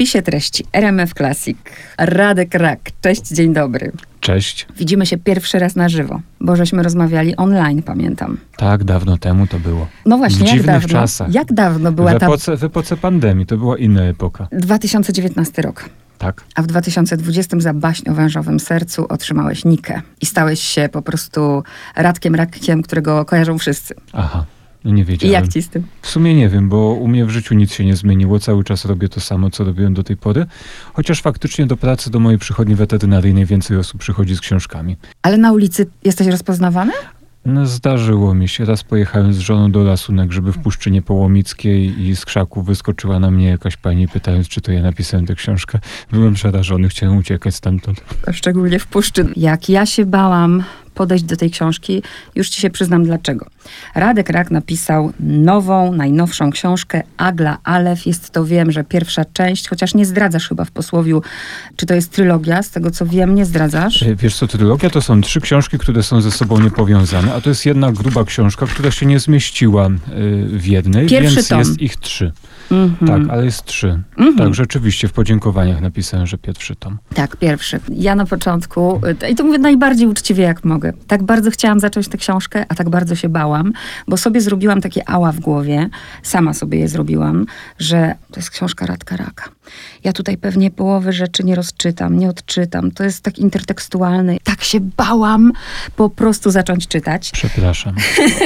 spisie treści RMF Classic Radek Rak. Cześć, dzień dobry. Cześć. Widzimy się pierwszy raz na żywo, bo żeśmy rozmawiali online, pamiętam. Tak, dawno temu to było. No właśnie, w jak dziwnych dawno? czasach. Jak dawno była w epoce pandemii, to była inna epoka. 2019 rok. Tak. A w 2020 za baśń o wężowym sercu otrzymałeś Nikę. I stałeś się po prostu Radkiem Rakiem, którego kojarzą wszyscy. Aha. No nie wiedziałem. I jak ci z tym? W sumie nie wiem, bo u mnie w życiu nic się nie zmieniło. Cały czas robię to samo, co robiłem do tej pory. Chociaż faktycznie do pracy, do mojej przychodni weterynaryjnej więcej osób przychodzi z książkami. Ale na ulicy jesteś rozpoznawany? No zdarzyło mi się. Raz pojechałem z żoną do lasu na grzyby w Puszczynie Połomickiej i z krzaków wyskoczyła na mnie jakaś pani, pytając, czy to ja napisałem tę książkę. Byłem przerażony, chciałem uciekać stamtąd. Szczególnie w Puszczy. Jak ja się bałam podejść do tej książki, już ci się przyznam dlaczego. Radek Rak napisał najnowszą książkę Agla Alef. Jest to, wiem, że pierwsza część, chociaż nie zdradzasz chyba w posłowiu, czy to jest trylogia, z tego co wiem, nie zdradzasz. Wiesz co, trylogia to są 3 książki, które są ze sobą niepowiązane, a to jest jedna gruba książka, która się nie zmieściła w jednej, Pierwszy więc tom. jest ich 3. Mm-hmm. Tak, ale jest 3. Tak, rzeczywiście, w podziękowaniach napisałem, że pierwszy tom. Tak, pierwszy. Ja na początku, i to mówię najbardziej uczciwie jak mogę, tak bardzo chciałam zacząć tę książkę, a tak bardzo się bałam, bo sobie zrobiłam takie ała w głowie, sama sobie je zrobiłam, że to jest książka Radka Raka. Ja tutaj pewnie połowy rzeczy nie rozczytam, nie odczytam. To jest tak intertekstualne. Tak się bałam po prostu zacząć czytać. Przepraszam.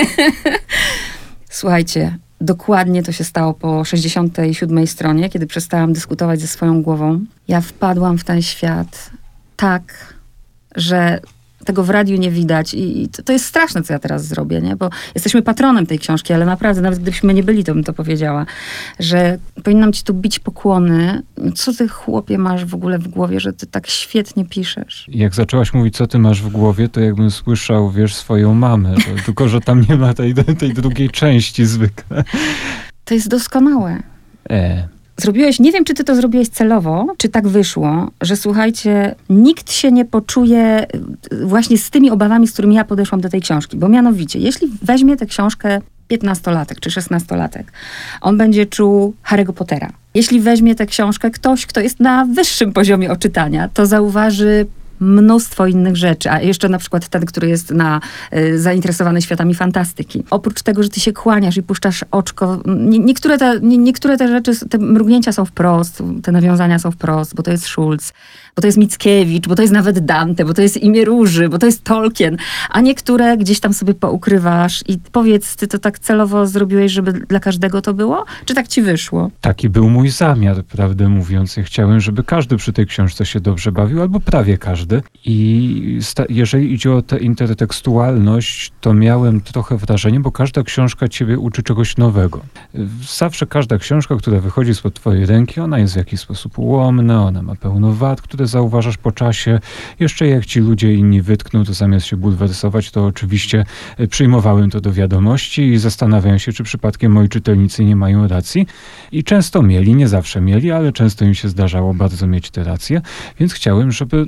Słuchajcie, dokładnie to się stało po 67 stronie, kiedy przestałam dyskutować ze swoją głową. Ja wpadłam w ten świat tak, że tego w radiu nie widać i to jest straszne, co ja teraz zrobię, nie? Bo jesteśmy patronem tej książki, ale naprawdę, nawet gdybyśmy nie byli, to bym to powiedziała, że powinnam ci tu bić pokłony. Co ty, chłopie, masz w ogóle w głowie, że ty tak świetnie piszesz? Jak zaczęłaś mówić, co ty masz w głowie, to jakbym słyszał, wiesz, swoją mamę, tylko że tam nie ma tej drugiej części zwykle. To jest doskonałe. Zrobiłeś, nie wiem, czy ty to zrobiłeś celowo, czy tak wyszło, że słuchajcie, nikt się nie poczuje właśnie z tymi obawami, z którymi ja podeszłam do tej książki. Bo mianowicie, jeśli weźmie tę książkę 15-latek czy 16-latek, on będzie czuł Harry'ego Pottera. Jeśli weźmie tę książkę ktoś, kto jest na wyższym poziomie odczytania, to zauważy mnóstwo innych rzeczy, a jeszcze na przykład ten, który jest zainteresowany światami fantastyki. Oprócz tego, że ty się kłaniasz i puszczasz oczko, niektóre te rzeczy, te mrugnięcia są wprost, te nawiązania są wprost, bo to jest Schulz, bo to jest Mickiewicz, bo to jest nawet Dante, bo to jest Imię Róży, bo to jest Tolkien, a niektóre gdzieś tam sobie poukrywasz i powiedz, ty to tak celowo zrobiłeś, żeby dla każdego to było? Czy tak ci wyszło? Taki był mój zamiar, prawdę mówiąc. Ja chciałem, żeby każdy przy tej książce się dobrze bawił, albo prawie każdy. I jeżeli idzie o tę intertekstualność, to miałem trochę wrażenie, bo każda książka ciebie uczy czegoś nowego. Zawsze każda książka, która wychodzi spod twojej ręki, ona jest w jakiś sposób ułomna, ona ma pełno wad, które zauważasz po czasie. Jeszcze jak ci ludzie inni wytkną, to zamiast się bulwersować, to oczywiście przyjmowałem to do wiadomości i zastanawiałem się, czy przypadkiem moi czytelnicy nie mają racji. I często mieli, nie zawsze mieli, ale często im się zdarzało bardzo mieć te racje. Więc chciałem, żeby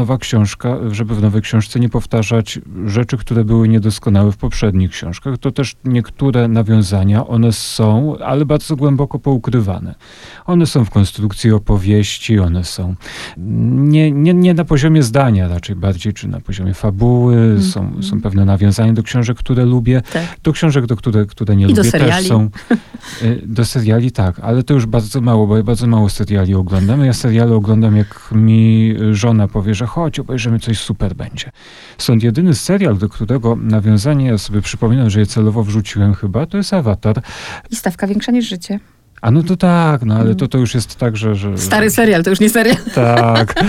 w nowej książce nie powtarzać rzeczy, które były niedoskonałe w poprzednich książkach. To też niektóre nawiązania, one są, ale bardzo głęboko poukrywane. One są w konstrukcji opowieści, one są nie na poziomie zdania raczej bardziej, czy na poziomie fabuły. Są pewne nawiązania do książek, które lubię. Tak. Do książek, które nie lubię, do seriali. też są. Do seriali tak, ale to już bardzo mało, bo ja bardzo mało seriali oglądam. Ja seriale oglądam, jak mi żona powie, że chodź, obejrzymy, coś super będzie. Stąd jedyny serial, do którego nawiązanie, ja sobie przypominam, że je celowo wrzuciłem chyba, to jest Awatar. I stawka większa niż życie. A no to tak, no ale to już jest tak, że... Stary serial, to już nie serial. Tak.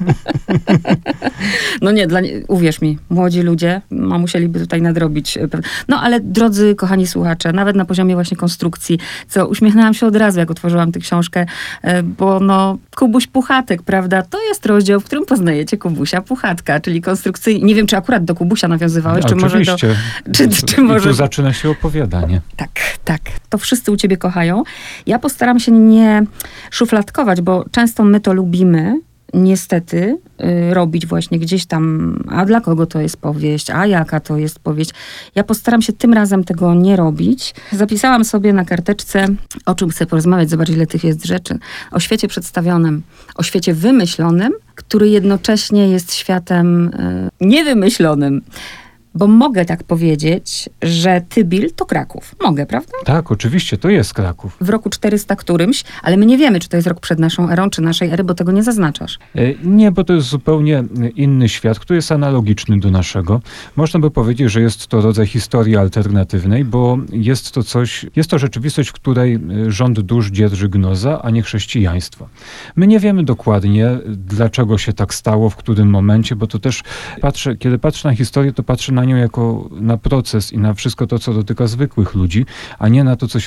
No nie, uwierz mi, młodzi ludzie musieliby tutaj nadrobić. No ale drodzy, kochani słuchacze, nawet na poziomie właśnie konstrukcji, co uśmiechnęłam się od razu, jak otworzyłam tę książkę, bo Kubuś Puchatek, prawda, to jest rozdział, w którym poznajecie Kubusia Puchatka, czyli konstrukcyjnie. Nie wiem, czy akurat do Kubusia nawiązywałeś, czy może do... Czy może... tu zaczyna się opowiadanie. Tak. To wszyscy u ciebie kochają. Ja postaram się nie szufladkować, bo często my to lubimy, niestety robić właśnie gdzieś tam, a dla kogo to jest powieść, a jaka to jest powieść. Ja postaram się tym razem tego nie robić. Zapisałam sobie na karteczce, o czym chcę porozmawiać, zobacz ile tych jest rzeczy. O świecie przedstawionym, o świecie wymyślonym, który jednocześnie jest światem niewymyślonym. Bo mogę tak powiedzieć, że Tybil to Kraków. Mogę, prawda? Tak, oczywiście, to jest Kraków. W roku 400 którymś, ale my nie wiemy, czy to jest rok przed naszą erą, czy naszej ery, bo tego nie zaznaczasz. Nie, bo to jest zupełnie inny świat, który jest analogiczny do naszego. Można by powiedzieć, że jest to rodzaj historii alternatywnej, bo jest to rzeczywistość, w której rząd dusz dzierży gnoza, a nie chrześcijaństwo. My nie wiemy dokładnie, dlaczego się tak stało, w którym momencie, bo to też kiedy patrzę na historię, to patrzę na nią jako na proces i na wszystko to, co dotyka zwykłych ludzi, a nie na to, co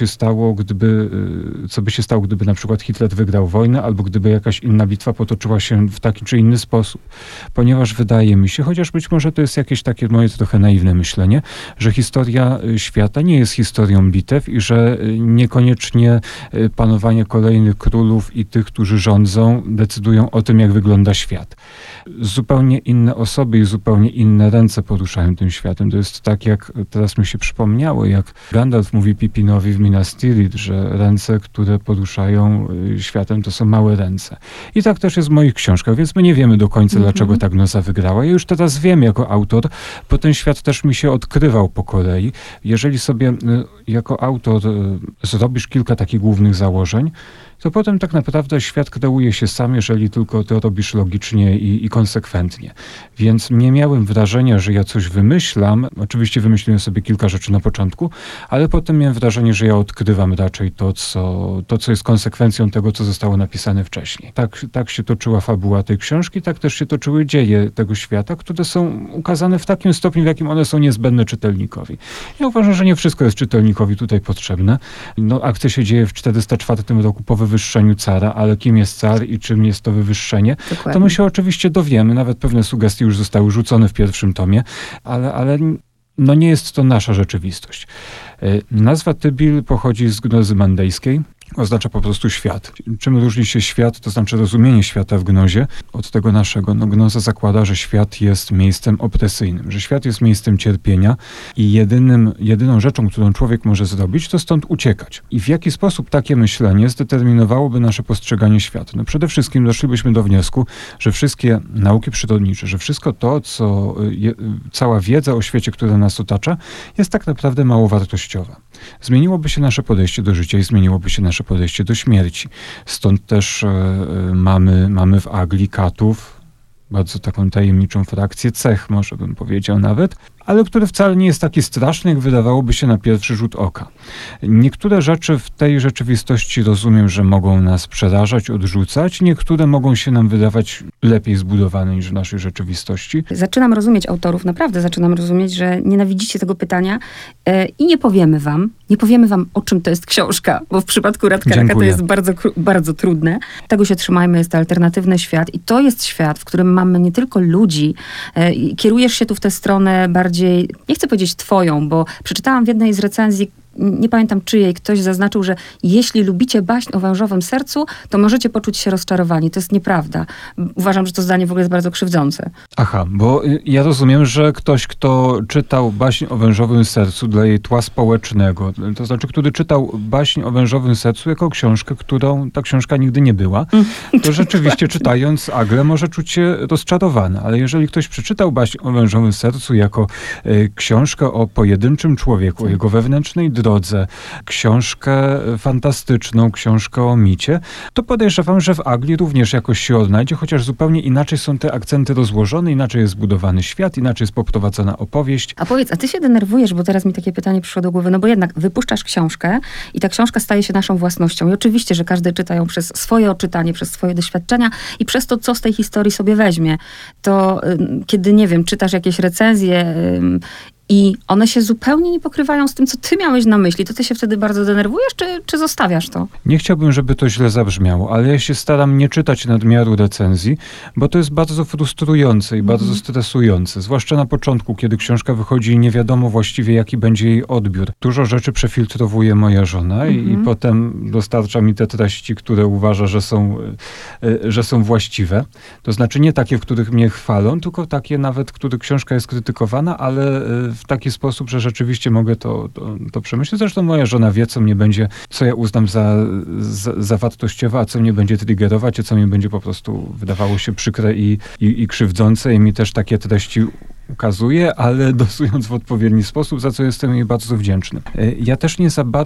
by się stało, gdyby na przykład Hitler wygrał wojnę, albo gdyby jakaś inna bitwa potoczyła się w taki czy inny sposób. Ponieważ wydaje mi się, chociaż być może to jest jakieś takie moje trochę naiwne myślenie, że historia świata nie jest historią bitew i że niekoniecznie panowanie kolejnych królów i tych, którzy rządzą, decydują o tym, jak wygląda świat. Zupełnie inne osoby i zupełnie inne ręce poruszają tym światem. To jest tak, jak teraz mi się przypomniało, jak Gandalf mówi Pippinowi w Minas Tirith, że ręce, które poruszają światem, to są małe ręce. I tak też jest w moich książkach, więc my nie wiemy do końca, dlaczego ta gnoza wygrała. Ja już teraz wiem jako autor, bo ten świat też mi się odkrywał po kolei. Jeżeli sobie jako autor zrobisz kilka takich głównych założeń, to potem tak naprawdę świat kreuje się sam, jeżeli tylko to robisz logicznie i konsekwentnie. Więc nie miałem wrażenia, że ja coś wymyślam. Oczywiście wymyśliłem sobie kilka rzeczy na początku, ale potem miałem wrażenie, że ja odkrywam raczej to, co jest konsekwencją tego, co zostało napisane wcześniej. Tak się toczyła fabuła tej książki, tak też się toczyły dzieje tego świata, które są ukazane w takim stopniu, w jakim one są niezbędne czytelnikowi. Ja uważam, że nie wszystko jest czytelnikowi tutaj potrzebne. Akcja się dzieje w 404 roku po wywyższeniu cara, ale kim jest car i czym jest to wywyższenie, dokładnie. To my się oczywiście dowiemy, nawet pewne sugestie już zostały rzucone w pierwszym tomie, ale nie jest to nasza rzeczywistość. Nazwa Tybil pochodzi z gnozy mandejskiej. Oznacza po prostu świat. Czym różni się świat, to znaczy rozumienie świata w gnozie od tego naszego? Gnoza zakłada, że świat jest miejscem opresyjnym, że świat jest miejscem cierpienia i jedyną rzeczą, którą człowiek może zrobić, to stąd uciekać. I w jaki sposób takie myślenie zdeterminowałoby nasze postrzeganie świata? Przede wszystkim doszlibyśmy do wniosku, że wszystkie nauki przyrodnicze, że wszystko to, cała wiedza o świecie, która nas otacza, jest tak naprawdę mało wartościowa. Zmieniłoby się nasze podejście do życia i zmieniłoby się nasze podejście do śmierci. Stąd też mamy w Agli katów, bardzo taką tajemniczą frakcję, cech, może bym powiedział nawet, ale który wcale nie jest taki straszny, jak wydawałoby się na pierwszy rzut oka. Niektóre rzeczy w tej rzeczywistości rozumiem, że mogą nas przerażać, odrzucać, niektóre mogą się nam wydawać lepiej zbudowane niż w naszej rzeczywistości. Zaczynam rozumieć autorów, naprawdę zaczynam rozumieć, że nienawidzicie tego pytania i nie powiemy wam, o czym to jest książka, bo w przypadku Radka to jest bardzo, bardzo trudne. Tego się trzymajmy, jest to alternatywny świat i to jest świat, w którym mamy nie tylko ludzi. Kierujesz się tu w tę stronę bardziej, nie chcę powiedzieć twoją, bo przeczytałam w jednej z recenzji, nie pamiętam czyjej, ktoś zaznaczył, że jeśli lubicie baśń o wężowym sercu, to możecie poczuć się rozczarowani. To jest nieprawda. Uważam, że to zdanie w ogóle jest bardzo krzywdzące. Aha, bo ja rozumiem, że ktoś, kto czytał baśń o wężowym sercu dla jej tła społecznego, to znaczy, który czytał baśń o wężowym sercu jako książkę, którą ta książka nigdy nie była, to rzeczywiście czytając Aglę może czuć się rozczarowany. Ale jeżeli ktoś przeczytał baśń o wężowym sercu jako książkę o pojedynczym człowieku, o jego wewnętrznej drodze, książkę fantastyczną, książkę o micie, to podejrzewam, że w Agli również jakoś się odnajdzie, chociaż zupełnie inaczej są te akcenty rozłożone, inaczej jest zbudowany świat, inaczej jest poprowadzona opowieść. A powiedz, a ty się denerwujesz, bo teraz mi takie pytanie przyszło do głowy, bo jednak wypuszczasz książkę i ta książka staje się naszą własnością. I oczywiście, że każdy czyta ją przez swoje odczytanie, przez swoje doświadczenia i przez to, co z tej historii sobie weźmie. To kiedy, nie wiem, czytasz jakieś recenzje i one się zupełnie nie pokrywają z tym, co ty miałeś na myśli, to ty się wtedy bardzo denerwujesz, czy zostawiasz to? Nie chciałbym, żeby to źle zabrzmiało, ale ja się staram nie czytać nadmiaru recenzji, bo to jest bardzo frustrujące i bardzo stresujące, zwłaszcza na początku, kiedy książka wychodzi i nie wiadomo właściwie, jaki będzie jej odbiór. Dużo rzeczy przefiltrowuje moja żona i potem dostarcza mi te treści, które uważa, że są właściwe. To znaczy nie takie, w których mnie chwalą, tylko takie nawet, w których książka jest krytykowana, ale w taki sposób, że rzeczywiście mogę to przemyśleć. Zresztą moja żona wie, co ja uznam za wartościowe, a co mnie będzie triggerować, a co mi będzie po prostu wydawało się przykre i krzywdzące i mi też takie treści ukazuje, ale dosując w odpowiedni sposób, za co jestem jej bardzo wdzięczny. Ja też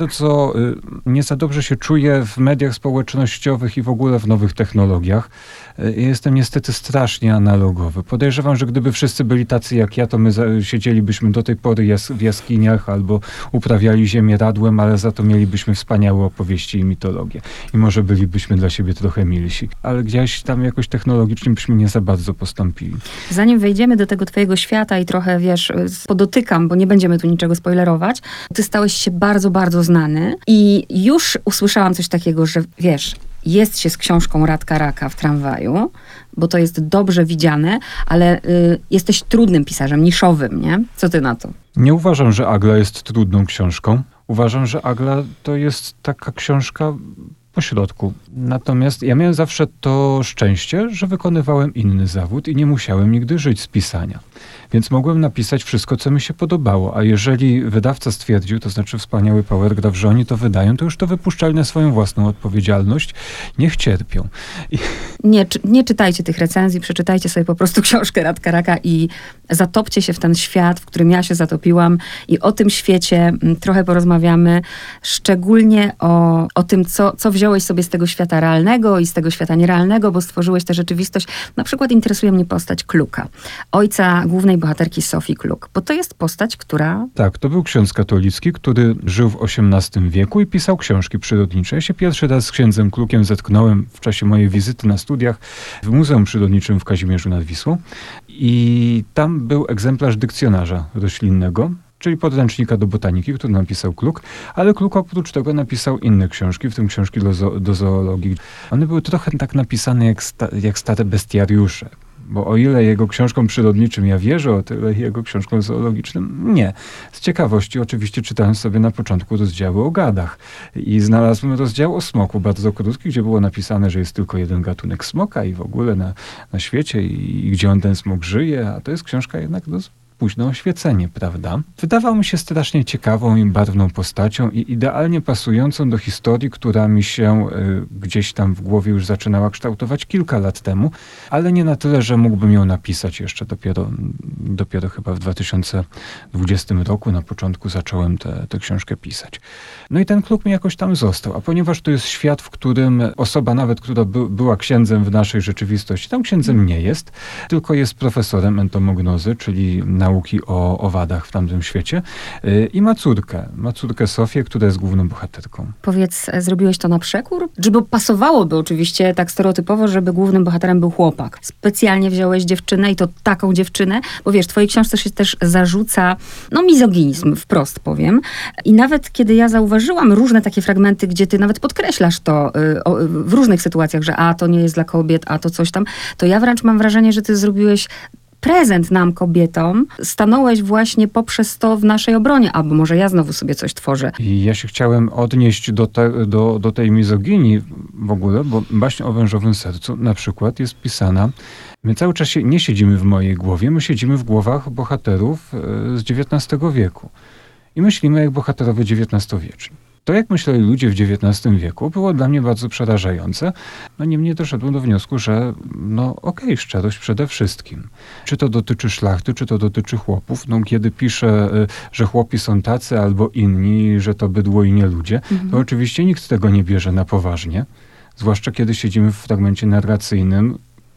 nie za dobrze się czuję w mediach społecznościowych i w ogóle w nowych technologiach. Jestem niestety strasznie analogowy. Podejrzewam, że gdyby wszyscy byli tacy jak ja, to my siedzielibyśmy do tej pory w jaskiniach albo uprawiali ziemię radłem, ale za to mielibyśmy wspaniałe opowieści i mitologię. I może bylibyśmy dla siebie trochę milsi. Ale gdzieś tam jakoś technologicznie byśmy nie za bardzo postąpili. Zanim wejdziemy do tego twojego świata i trochę, podotykam, bo nie będziemy tu niczego spoilerować, ty stałeś się bardzo, bardzo znany i już usłyszałam coś takiego, że jest się z książką Radka Raka w tramwaju, bo to jest dobrze widziane, ale jesteś trudnym pisarzem, niszowym, nie? Co ty na to? Nie uważam, że Agla jest trudną książką. Uważam, że Agla to jest taka książka pośrodku. Natomiast ja miałem zawsze to szczęście, że wykonywałem inny zawód i nie musiałem nigdy żyć z pisania. Więc mogłem napisać wszystko, co mi się podobało. A jeżeli wydawca stwierdził, to znaczy wspaniały powergraf, że oni to wydają, to już to wypuszczali na swoją własną odpowiedzialność. Niech cierpią. Nie czytajcie tych recenzji, przeczytajcie sobie po prostu książkę Radka Raka i zatopcie się w ten świat, w którym ja się zatopiłam i o tym świecie trochę porozmawiamy. Szczególnie o tym, co wziąłeś sobie z tego świata realnego i z tego świata nierealnego, bo stworzyłeś tę rzeczywistość. Na przykład interesuje mnie postać Kluka, ojca głównej bohaterki Sofii Kluk, bo to jest postać, która... Tak, to był ksiądz katolicki, który żył w XVIII wieku i pisał książki przyrodnicze. Ja się pierwszy raz z księdzem Klukiem zetknąłem w czasie mojej wizyty na studiach w Muzeum Przyrodniczym w Kazimierzu nad Wisłą i tam był egzemplarz dykcjonarza roślinnego, czyli podręcznika do botaniki, który napisał Kluk, ale Kluk oprócz tego napisał inne książki, w tym książki do zoologii. One były trochę tak napisane jak stare bestiariusze. Bo o ile jego książkom przyrodniczym ja wierzę, o tyle jego książkom zoologicznym nie. Z ciekawości oczywiście czytałem sobie na początku rozdziały o gadach i znalazłem rozdział o smoku, bardzo krótki, gdzie było napisane, że jest tylko jeden gatunek smoka i w ogóle na świecie i gdzie on ten smok żyje, a to jest książka jednak późne oświecenie, prawda? Wydawał mi się strasznie ciekawą i barwną postacią i idealnie pasującą do historii, która mi się gdzieś tam w głowie już zaczynała kształtować kilka lat temu, ale nie na tyle, że mógłbym ją napisać jeszcze dopiero chyba w 2020 roku, na początku zacząłem tę książkę pisać. No i ten Kluk mi jakoś tam został, a ponieważ to jest świat, w którym osoba nawet, która była księdzem w naszej rzeczywistości, tam księdzem nie jest, tylko jest profesorem entomognozy, czyli nauki o owadach w tamtym świecie i ma córkę Sofię, która jest główną bohaterką. Powiedz, zrobiłeś to na przekór? Bo pasowałoby oczywiście tak stereotypowo, żeby głównym bohaterem był chłopak. Specjalnie wziąłeś dziewczynę i to taką dziewczynę, bo w twojej książce się też zarzuca, mizoginizm, wprost powiem. I nawet kiedy ja zauważyłam różne takie fragmenty, gdzie ty nawet podkreślasz to w różnych sytuacjach, że to nie jest dla kobiet, a to coś tam, to ja wręcz mam wrażenie, że ty zrobiłeś prezent nam, kobietom, stanąłeś właśnie poprzez to w naszej obronie, albo może ja znowu sobie coś tworzę. I ja się chciałem odnieść do tej mizoginii w ogóle, bo baśń o wężowym sercu na przykład jest pisana. My cały czas nie siedzimy w mojej głowie, my siedzimy w głowach bohaterów z XIX wieku. I myślimy jak bohaterowie XIX-wieczni. To, jak myśleli ludzie w XIX wieku, było dla mnie bardzo przerażające. Niemniej doszedłem do wniosku, że szczerość przede wszystkim. Czy to dotyczy szlachty, czy to dotyczy chłopów. Kiedy piszę, że chłopi są tacy albo inni, że to bydło i nie ludzie, to oczywiście nikt tego nie bierze na poważnie. Zwłaszcza kiedy siedzimy w fragmencie narracyjnym,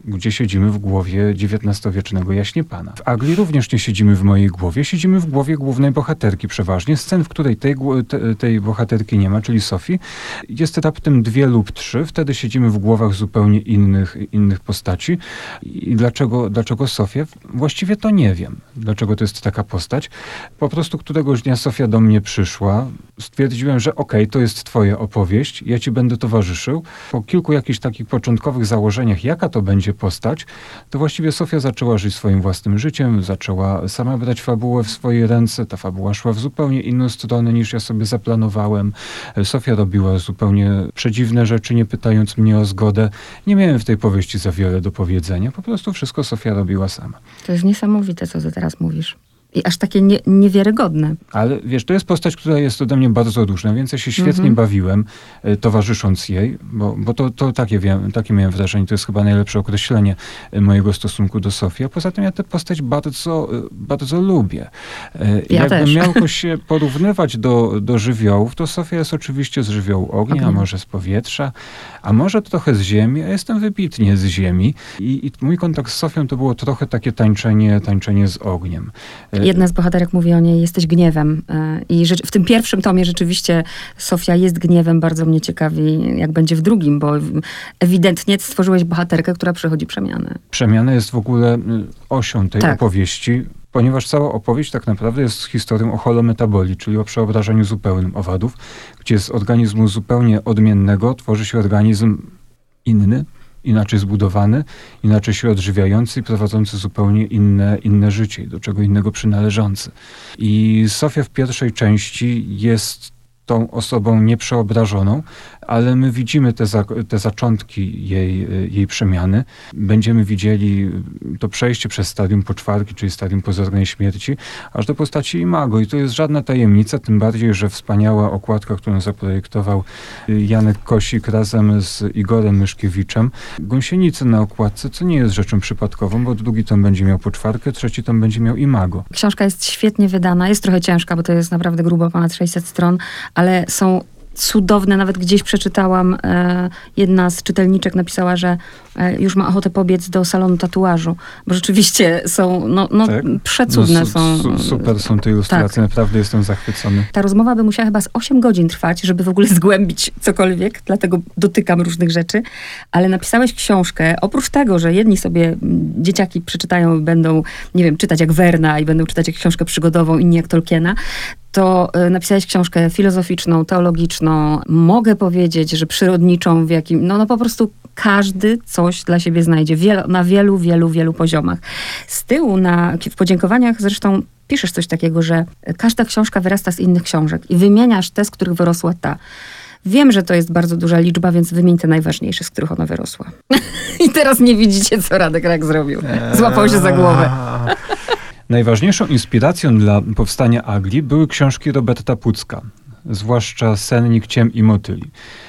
gdzie siedzimy w głowie XIX-wiecznego jaśnie-pana. W Agli również nie siedzimy w mojej głowie, siedzimy w głowie głównej bohaterki przeważnie. Scen, w której tej bohaterki nie ma, czyli Sofii, jest raptem 2 lub 3. Wtedy siedzimy w głowach zupełnie innych postaci. I dlaczego Sofia? Właściwie to nie wiem, dlaczego to jest taka postać. Po prostu któregoś dnia Sofia do mnie przyszła. Stwierdziłem, że okej, to jest twoja opowieść, ja ci będę towarzyszył. Po kilku jakichś takich początkowych założeniach, jaka to będzie postać, to właściwie Sofia zaczęła żyć swoim własnym życiem, zaczęła sama brać fabułę w swoje ręce. Ta fabuła szła w zupełnie inną stronę, niż ja sobie zaplanowałem. Sofia robiła zupełnie przedziwne rzeczy, nie pytając mnie o zgodę. Nie miałem w tej powieści za wiele do powiedzenia. Po prostu wszystko Sofia robiła sama. To jest niesamowite, co ty teraz mówisz. I aż takie niewiarygodne. Ale wiesz, to jest postać, która jest ode mnie bardzo różna, więc ja się świetnie bawiłem, towarzysząc jej, bo to takie miałem wrażenie, to jest chyba najlepsze określenie mojego stosunku do Sofii. A poza tym ja tę postać bardzo lubię. Jakbym miał się porównywać do żywiołów, to Sofia jest oczywiście z żywiołu ognia, a może z powietrza, a może trochę z ziemi, a jestem wybitnie z ziemi. I mój kontakt z Sofią to było trochę takie tańczenie z ogniem. Jedna z bohaterek mówi o niej, jesteś gniewem. I w tym pierwszym tomie rzeczywiście Sofia jest gniewem. Bardzo mnie ciekawi, jak będzie w drugim, bo ewidentnie stworzyłeś bohaterkę, która przechodzi przemianę. Przemiana jest w ogóle osią tej opowieści, ponieważ cała opowieść tak naprawdę jest historią o holometabolii, czyli o przeobrażeniu zupełnym owadów, gdzie z organizmu zupełnie odmiennego tworzy się organizm inny, inaczej zbudowany, inaczej się odżywiający i prowadzący zupełnie inne życie, do czego innego przynależący. I Sofia w pierwszej części jest tą osobą nieprzeobrażoną, ale my widzimy te zaczątki jej przemiany. Będziemy widzieli to przejście przez stadium poczwarki, czyli stadium pozornej śmierci, aż do postaci Imago. I to jest żadna tajemnica, tym bardziej, że wspaniała okładka, którą zaprojektował Janek Kosik razem z Igorem Myszkiewiczem. Gąsienice na okładce, co nie jest rzeczą przypadkową, bo drugi tom będzie miał poczwarkę, trzeci tom będzie miał Imago. Książka jest świetnie wydana, jest trochę ciężka, bo to jest naprawdę grubo ponad 600 stron, ale są cudowne, nawet gdzieś przeczytałam, jedna z czytelniczek napisała, że już ma ochotę pobiec do salonu tatuażu, bo rzeczywiście są, tak? Przecudne są. Super są te ilustracje, tak. Naprawdę jestem zachwycony. Ta rozmowa by musiała chyba z 8 godzin trwać, żeby w ogóle zgłębić cokolwiek, dlatego dotykam różnych rzeczy, ale napisałeś książkę, oprócz tego, że jedni sobie dzieciaki przeczytają i będą, nie wiem, czytać jak Werna i będą czytać jak książkę przygodową, inni jak Tolkiena, to napisałeś książkę filozoficzną, teologiczną, mogę powiedzieć, że przyrodniczą, w jakim, no po prostu każdy coś dla siebie znajdzie, na wielu poziomach. Z tyłu w podziękowaniach zresztą piszesz coś takiego, że każda książka wyrasta z innych książek i wymieniasz te, z których wyrosła ta. Wiem, że to jest bardzo duża liczba, więc wymień te najważniejsze, z których ona wyrosła. I teraz nie widzicie, co Radek Rak zrobił. Złapał się za głowę. Najważniejszą inspiracją dla powstania Agli były książki Roberta Pucka, zwłaszcza Sennik Ciem i Motyli.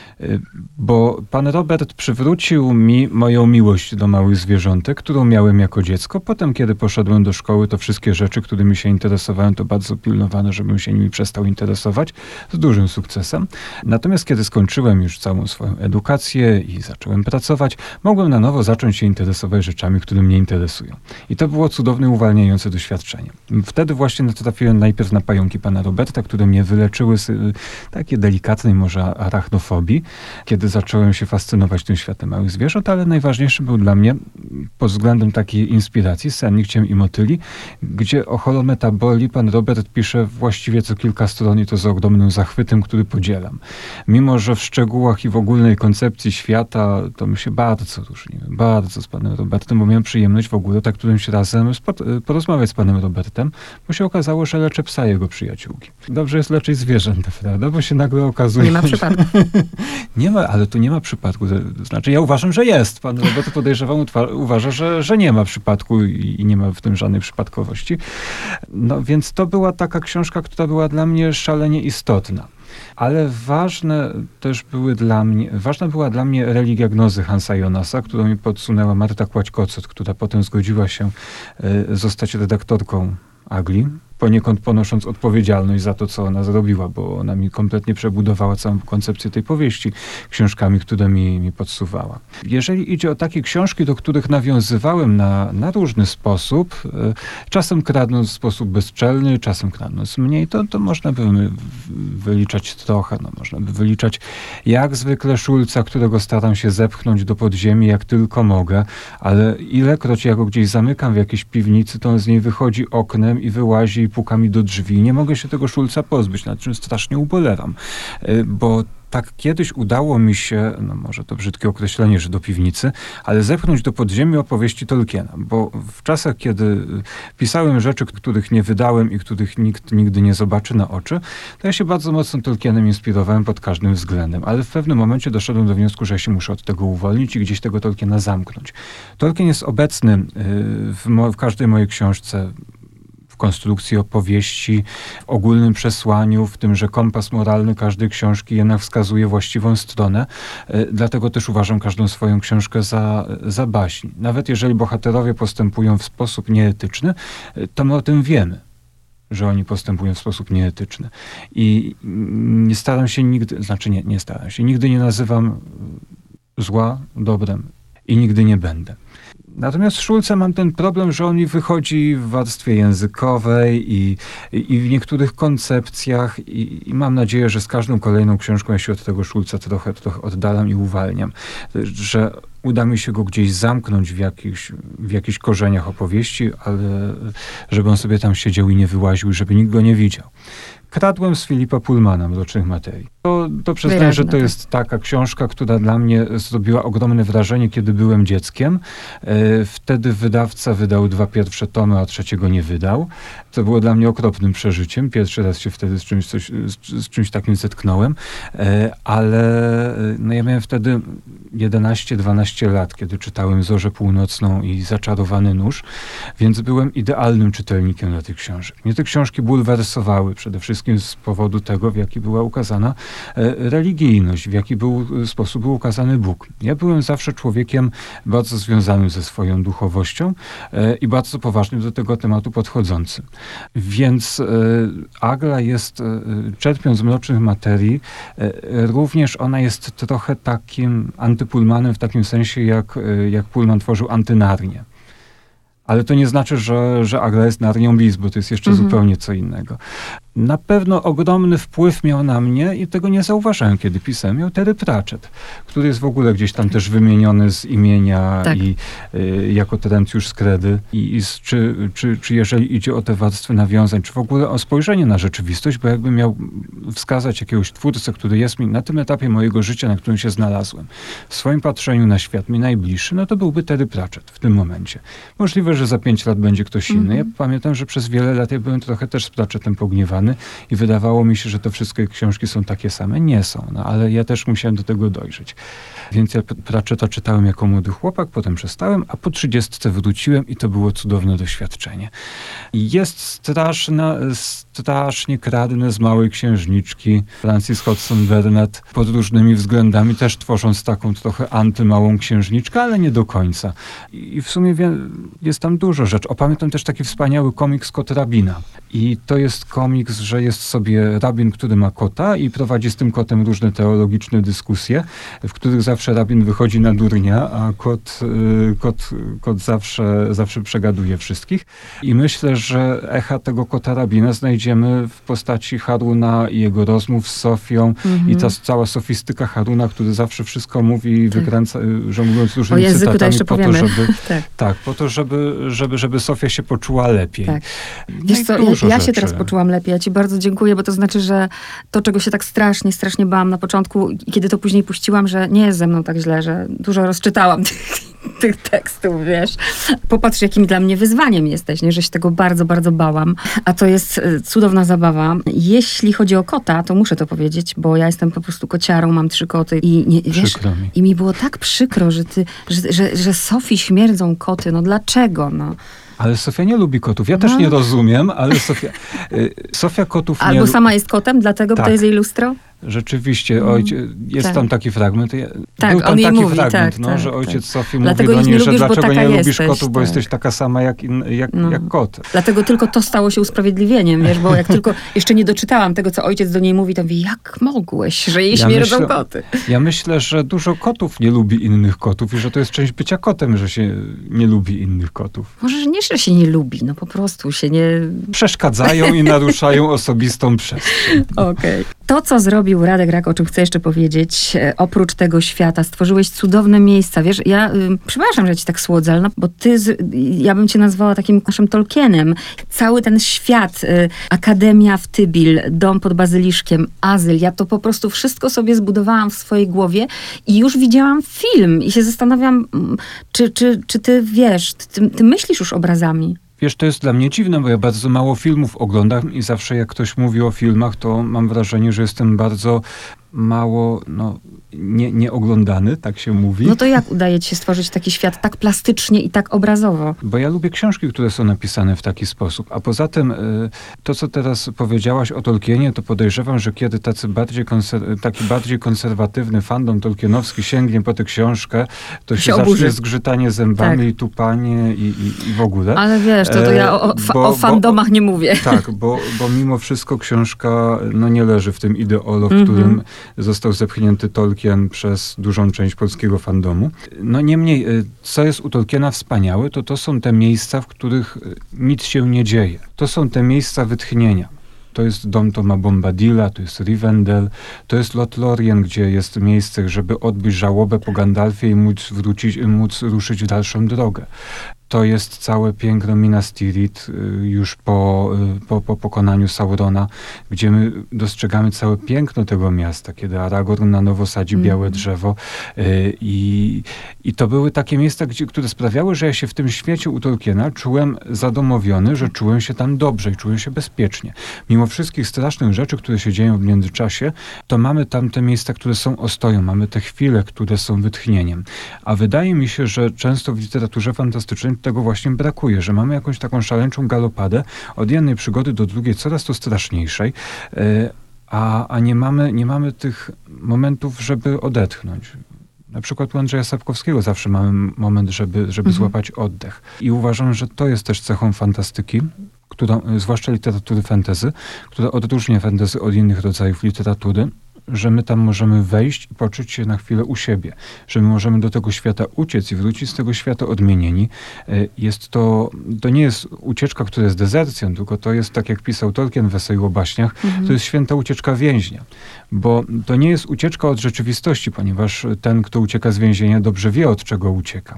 Bo pan Robert przywrócił mi moją miłość do małych zwierzątek, którą miałem jako dziecko. Potem, kiedy poszedłem do szkoły, to wszystkie rzeczy, którymi się interesowałem, to bardzo pilnowano, żebym się nimi przestał interesować, z dużym sukcesem. Natomiast kiedy skończyłem już całą swoją edukację i zacząłem pracować, mogłem na nowo zacząć się interesować rzeczami, które mnie interesują. I to było cudowne, uwalniające doświadczenie. Wtedy właśnie natrafiłem najpierw na pająki pana Roberta, które mnie wyleczyły z takiej delikatnej może arachnofobii, kiedy zacząłem się fascynować tym światem małych zwierząt, ale najważniejszy był dla mnie pod względem takiej inspiracji Sennik Ciem i Motyli, gdzie o holometabolii pan Robert pisze właściwie co kilka stron i to z ogromnym zachwytem, który podzielam. Mimo że w szczegółach i w ogólnej koncepcji świata to my się bardzo różnimy, bardzo z panem Robertem, bo miałem przyjemność w ogóle tak którymś razem porozmawiać z panem Robertem, bo się okazało, że leczę psa jego przyjaciółki. Dobrze jest leczyć zwierzęta, prawda? Bo się nagle okazuje... Nie ma przypadku. Nie ma, ale tu nie ma przypadku. To znaczy, ja uważam, że jest. Pan Robert, podejrzewam, uważa, że nie ma przypadku i nie ma w tym żadnej przypadkowości. No więc to była taka książka, która była dla mnie szalenie istotna. Ale ważna była dla mnie religia gnozy Hansa Jonasa, którą mi podsunęła Marta Kładź-Kocot, która potem zgodziła się zostać redaktorką Agli. poniekąd ponosząc odpowiedzialność za to, co ona zrobiła, bo ona mi kompletnie przebudowała całą koncepcję tej powieści książkami, które mi podsuwała. Jeżeli idzie o takie książki, do których nawiązywałem na różny sposób, czasem kradnąc w sposób bezczelny, czasem kradnąc mniej, to można by wyliczać trochę. Można by wyliczać jak zwykle Szulca, którego staram się zepchnąć do podziemi, jak tylko mogę, ale ilekroć ja go gdzieś zamykam w jakiejś piwnicy, to on z niej wychodzi oknem i wyłazi i puka mi do drzwi. Nie mogę się tego Szulca pozbyć, nad czym strasznie ubolewam, bo tak kiedyś udało mi się, może to brzydkie określenie, że do piwnicy, ale zepchnąć do podziemi opowieści Tolkiena, bo w czasach, kiedy pisałem rzeczy, których nie wydałem i których nikt nigdy nie zobaczy na oczy, to ja się bardzo mocno Tolkienem inspirowałem pod każdym względem, ale w pewnym momencie doszedłem do wniosku, że ja się muszę od tego uwolnić i gdzieś tego Tolkiena zamknąć. Tolkien jest obecny w każdej mojej książce, w konstrukcji opowieści, w ogólnym przesłaniu, w tym, że kompas moralny każdej książki jednak wskazuje właściwą stronę. Dlatego też uważam każdą swoją książkę za baśń. Nawet jeżeli bohaterowie postępują w sposób nieetyczny, to my o tym wiemy, że oni postępują w sposób nieetyczny. I nie staram się nigdy, nie staram się, nigdy nie nazywam zła dobrem i nigdy nie będę. Natomiast z Szulcem mam ten problem, że on mi wychodzi w warstwie językowej i w niektórych koncepcjach i mam nadzieję, że z każdą kolejną książką ja się od tego Szulca trochę oddalam i uwalniam. Że uda mi się go gdzieś zamknąć w jakichś korzeniach opowieści, ale żeby on sobie tam siedział i nie wyłaził, żeby nikt go nie widział. Kradłem z Filipa Pullmana Mrocznych Materii. To przyznaję, że to jest taka książka, która dla mnie zrobiła ogromne wrażenie, kiedy byłem dzieckiem. Wtedy wydawca wydał 2 pierwsze tomy, a 3 nie wydał. To było dla mnie okropnym przeżyciem. Pierwszy raz się wtedy z czymś takim zetknąłem. Ale ja miałem wtedy 11-12 lat, kiedy czytałem Zorzę Północną i Zaczarowany Nóż, więc byłem idealnym czytelnikiem dla tych książek. Mnie te książki bulwersowały przede wszystkim z powodu tego, w jaki była ukazana religijność, w jaki sposób był ukazany Bóg. Ja byłem zawsze człowiekiem bardzo związanym ze swoją duchowością i bardzo poważnie do tego tematu podchodzącym. Więc Agla jest, czerpiąc z Mrocznych Materii, również ona jest trochę takim antypullmanem w takim sensie, jak Pullman tworzył Antynarnię. Ale to nie znaczy, że Agla jest Narnią bis, bo to jest jeszcze zupełnie co innego. Na pewno ogromny wpływ miał na mnie i tego nie zauważyłem, kiedy pisałem. Miał Terry Pratchett, który jest w ogóle gdzieś tam też wymieniony z imienia i jako Terencjusz z Kredy. Czy jeżeli idzie o te warstwy nawiązań, czy w ogóle o spojrzenie na rzeczywistość, bo jakbym miał wskazać jakiegoś twórcę, który jest mi na tym etapie mojego życia, na którym się znalazłem, w swoim patrzeniu na świat mi najbliższy, no to byłby Terry Pratchett w tym momencie. Możliwe, że za 5 lat będzie ktoś inny. Ja pamiętam, że przez wiele lat ja byłem trochę też z Pratchettem pogniewany i wydawało mi się, że te wszystkie książki są takie same. Nie są, ale ja też musiałem do tego dojrzeć. Więc ja Pratchetta czytałem jako młody chłopak, potem przestałem, a po 30 wróciłem i to było cudowne doświadczenie. Jest strasznie kradnę z Małej Księżniczki. Francis Hodgson Burnett pod różnymi względami też tworząc taką trochę antymałą księżniczkę, ale nie do końca. I w sumie jest tam dużo rzeczy. Pamiętam też taki wspaniały komiks Kot Rabina. I to jest komiks, że jest sobie rabin, który ma kota i prowadzi z tym kotem różne teologiczne dyskusje, w których zawsze rabin wychodzi na durnia, a kot zawsze przegaduje wszystkich. I myślę, że echa tego kota rabina znajdziemy w postaci Haruna i jego rozmów z Sofią i ta cała sofistyka Haruna, który zawsze wszystko mówi i wykręca, żonglując różnymi cytatami po to, żeby Sofia się poczuła lepiej. Tak. Wiesz co, ja się teraz poczułam lepiej. Ja ci bardzo dziękuję, bo to znaczy, że to, czego się tak strasznie bałam na początku i kiedy to później puściłam, że nie jest ze mną tak źle, że dużo rozczytałam tych tekstów, wiesz. Popatrz, jakim dla mnie wyzwaniem jesteś, nie? Że się tego bardzo, bardzo bałam. A to jest cudowna zabawa. Jeśli chodzi o kota, to muszę to powiedzieć, bo ja jestem po prostu kociarą, mam 3 koty i wiesz, i mi było tak przykro, że Sofii śmierdzą koty. No dlaczego, no? Ale Sofia nie lubi kotów. Ja też nie rozumiem, ale Sofia kotów nie... Albo sama jest kotem, dlatego to jest jej lustro? Rzeczywiście, jest tak. tam taki fragment. Tak, był tam on jej taki mówi, fragment, tak, że ojciec Sofii dlatego mówi do niej, że lubisz, dlaczego nie lubisz jesteś, kotów, bo jesteś taka sama jak kot. Dlatego tylko to stało się usprawiedliwieniem, wiesz, bo jak tylko jeszcze nie doczytałam tego, co ojciec do niej mówi, to mówi, jak mogłeś, że jej śmierdzą koty. Ja myślę, że dużo kotów nie lubi innych kotów i że to jest część bycia kotem, że się nie lubi innych kotów. Może nie, że się nie lubi, no po prostu się nie... Przeszkadzają i naruszają osobistą przestrzeń. Okej. To, co zrobił Radek Rak, o czym chcę jeszcze powiedzieć, oprócz tego świata, stworzyłeś cudowne miejsca. Wiesz, ja, przepraszam, że ci tak słodzę, no, bo ja bym cię nazwała takim naszym Tolkienem. Cały ten świat, Akademia w Tybil, dom pod Bazyliszkiem, azyl, ja to po prostu wszystko sobie zbudowałam w swojej głowie i już widziałam film i się zastanawiam, czy ty wiesz, ty myślisz już obrazami. Wiesz, to jest dla mnie dziwne, bo ja bardzo mało filmów oglądam i zawsze jak ktoś mówi o filmach, to mam wrażenie, że jestem bardzo mało, nieoglądany, tak się mówi. No to jak udaje ci się stworzyć taki świat tak plastycznie i tak obrazowo? Bo ja lubię książki, które są napisane w taki sposób. A poza tym, to co teraz powiedziałaś o Tolkienie, to podejrzewam, że kiedy taki bardziej konserwatywny fandom tolkienowski sięgnie po tę książkę, to się zacznie zgrzytanie zębami, i tupanie i w ogóle. Ale wiesz, to ja o fandomach nie mówię. Tak, bo mimo wszystko książka nie leży w tym ideolu, w którym został zepchnięty Tolkien przez dużą część polskiego fandomu. No niemniej, co jest u Tolkiena wspaniałe, to są te miejsca, w których nic się nie dzieje. To są te miejsca wytchnienia. To jest dom Toma Bombadila, to jest Rivendell, to jest Lothlorien, gdzie jest miejsce, żeby odbyć żałobę po Gandalfie i móc ruszyć w dalszą drogę. To jest całe piękno Minas Tirith już po pokonaniu Saurona, gdzie my dostrzegamy całe piękno tego miasta, kiedy Aragorn na nowo sadzi białe drzewo. I to były takie miejsca, które sprawiały, że ja się w tym świecie u Tolkiena czułem zadomowiony, że czułem się tam dobrze i czułem się bezpiecznie. Mimo wszystkich strasznych rzeczy, które się dzieją w międzyczasie, to mamy tam te miejsca, które są ostoją, mamy te chwile, które są wytchnieniem. A wydaje mi się, że często w literaturze fantastycznej tego właśnie brakuje, że mamy jakąś taką szaleńczą galopadę od jednej przygody do drugiej, coraz to straszniejszej, a nie mamy tych momentów, żeby odetchnąć. Na przykład u Andrzeja Sapkowskiego zawsze mamy moment, żeby złapać oddech. I uważam, że to jest też cechą fantastyki, zwłaszcza literatury fantasy, która odróżnia fantasy od innych rodzajów literatury, że my tam możemy wejść i poczuć się na chwilę u siebie, że my możemy do tego świata uciec i wrócić z tego świata odmienieni. To nie jest ucieczka, która jest dezercją, tylko to jest, tak jak pisał Tolkien w eseju o baśniach, to jest święta ucieczka więźnia. Bo to nie jest ucieczka od rzeczywistości, ponieważ ten, kto ucieka z więzienia, dobrze wie, od czego ucieka.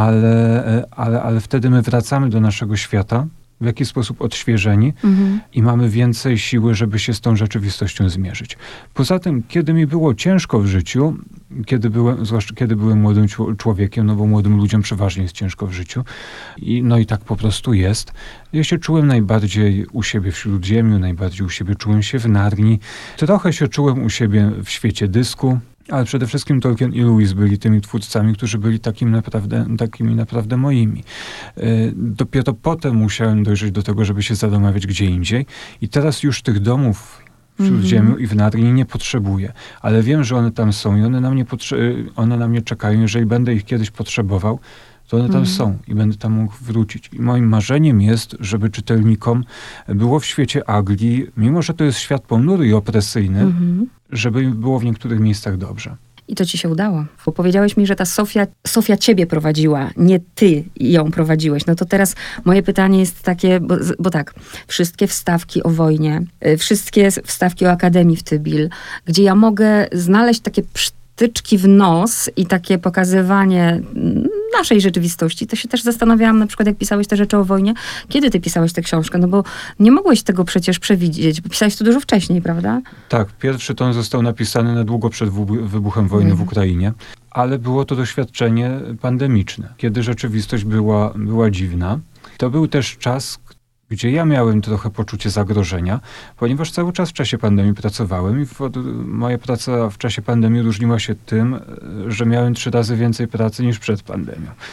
Ale wtedy my wracamy do naszego świata, w jakiś sposób odświeżeni i mamy więcej siły, żeby się z tą rzeczywistością zmierzyć. Poza tym, kiedy mi było ciężko w życiu, zwłaszcza kiedy byłem młodym człowiekiem, bo młodym ludziom przeważnie jest ciężko w życiu i tak po prostu jest. Ja się czułem najbardziej u siebie w Śródziemiu, najbardziej u siebie czułem się w Narni. Trochę się czułem u siebie w świecie dysku, ale przede wszystkim Tolkien i Lewis byli tymi twórcami, którzy byli takimi naprawdę moimi. Dopiero potem musiałem dojrzeć do tego, żeby się zadomawiać gdzie indziej. I teraz już tych domów w Śródziemiu i w Narni nie potrzebuję. Ale wiem, że one tam są i one na mnie czekają. Jeżeli będę ich kiedyś potrzebował, to one tam są i będę tam mógł wrócić. I moim marzeniem jest, żeby czytelnikom było w świecie Anglii, mimo że to jest świat ponury i opresyjny, żeby było w niektórych miejscach dobrze. I to ci się udało. Bo powiedziałeś mi, że ta Sofia ciebie prowadziła, nie ty ją prowadziłeś. No to teraz moje pytanie jest takie, bo tak, wszystkie wstawki o wojnie, wszystkie wstawki o Akademii w Tybil, gdzie ja mogę znaleźć takie psztyczki w nos i takie pokazywanie naszej rzeczywistości, to się też zastanawiałam, na przykład jak pisałeś te rzeczy o wojnie, kiedy ty pisałeś tę książkę? No bo nie mogłeś tego przecież przewidzieć, bo pisałeś to dużo wcześniej, prawda? Tak, pierwszy tom został napisany na długo przed wybuchem wojny w Ukrainie, ale było to doświadczenie pandemiczne, kiedy rzeczywistość była dziwna. To był też czas, gdzie ja miałem trochę poczucie zagrożenia, ponieważ cały czas w czasie pandemii pracowałem i moja praca w czasie pandemii różniła się tym, że miałem 3 razy więcej pracy niż przed pandemią.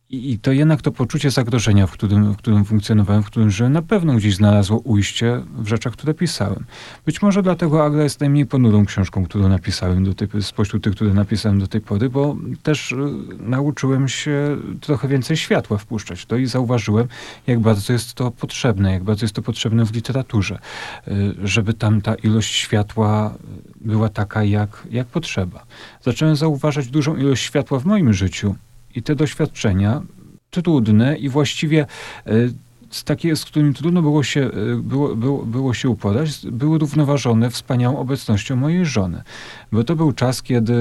I to jednak to poczucie zagrożenia, w którym funkcjonowałem, w którym żyłem, na pewno gdzieś znalazło ujście w rzeczach, które pisałem. Być może dlatego Agla jest najmniej ponurą książką, którą napisałem spośród tych, które napisałem do tej pory, bo też nauczyłem się trochę więcej światła wpuszczać to i zauważyłem, jak bardzo jest to potrzebne, jak bardzo jest to potrzebne w literaturze, żeby tam ta ilość światła była taka, jak potrzeba. Zacząłem zauważać dużą ilość światła w moim życiu. I te doświadczenia, trudne i właściwie takie, z którymi trudno było się uporać, były równoważone wspaniałą obecnością mojej żony. Bo to był czas,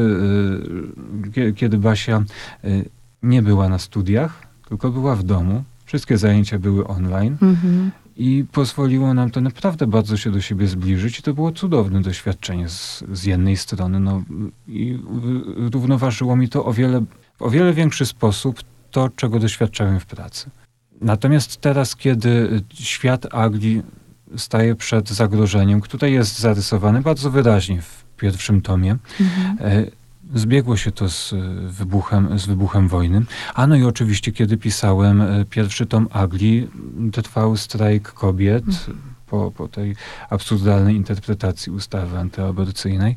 kiedy Basia nie była na studiach, tylko była w domu. Wszystkie zajęcia były online. Mhm. I pozwoliło nam to naprawdę bardzo się do siebie zbliżyć i to było cudowne doświadczenie z jednej strony. No, i równoważyło mi to w o wiele większy sposób to, czego doświadczałem w pracy. Natomiast teraz, kiedy świat Agli staje przed zagrożeniem, które jest zarysowane bardzo wyraźnie w pierwszym tomie, zbiegło się to z wybuchem wojny. A no i oczywiście, kiedy pisałem pierwszy tom Agli, trwał strajk kobiet po tej absurdalnej interpretacji ustawy antyaborcyjnej.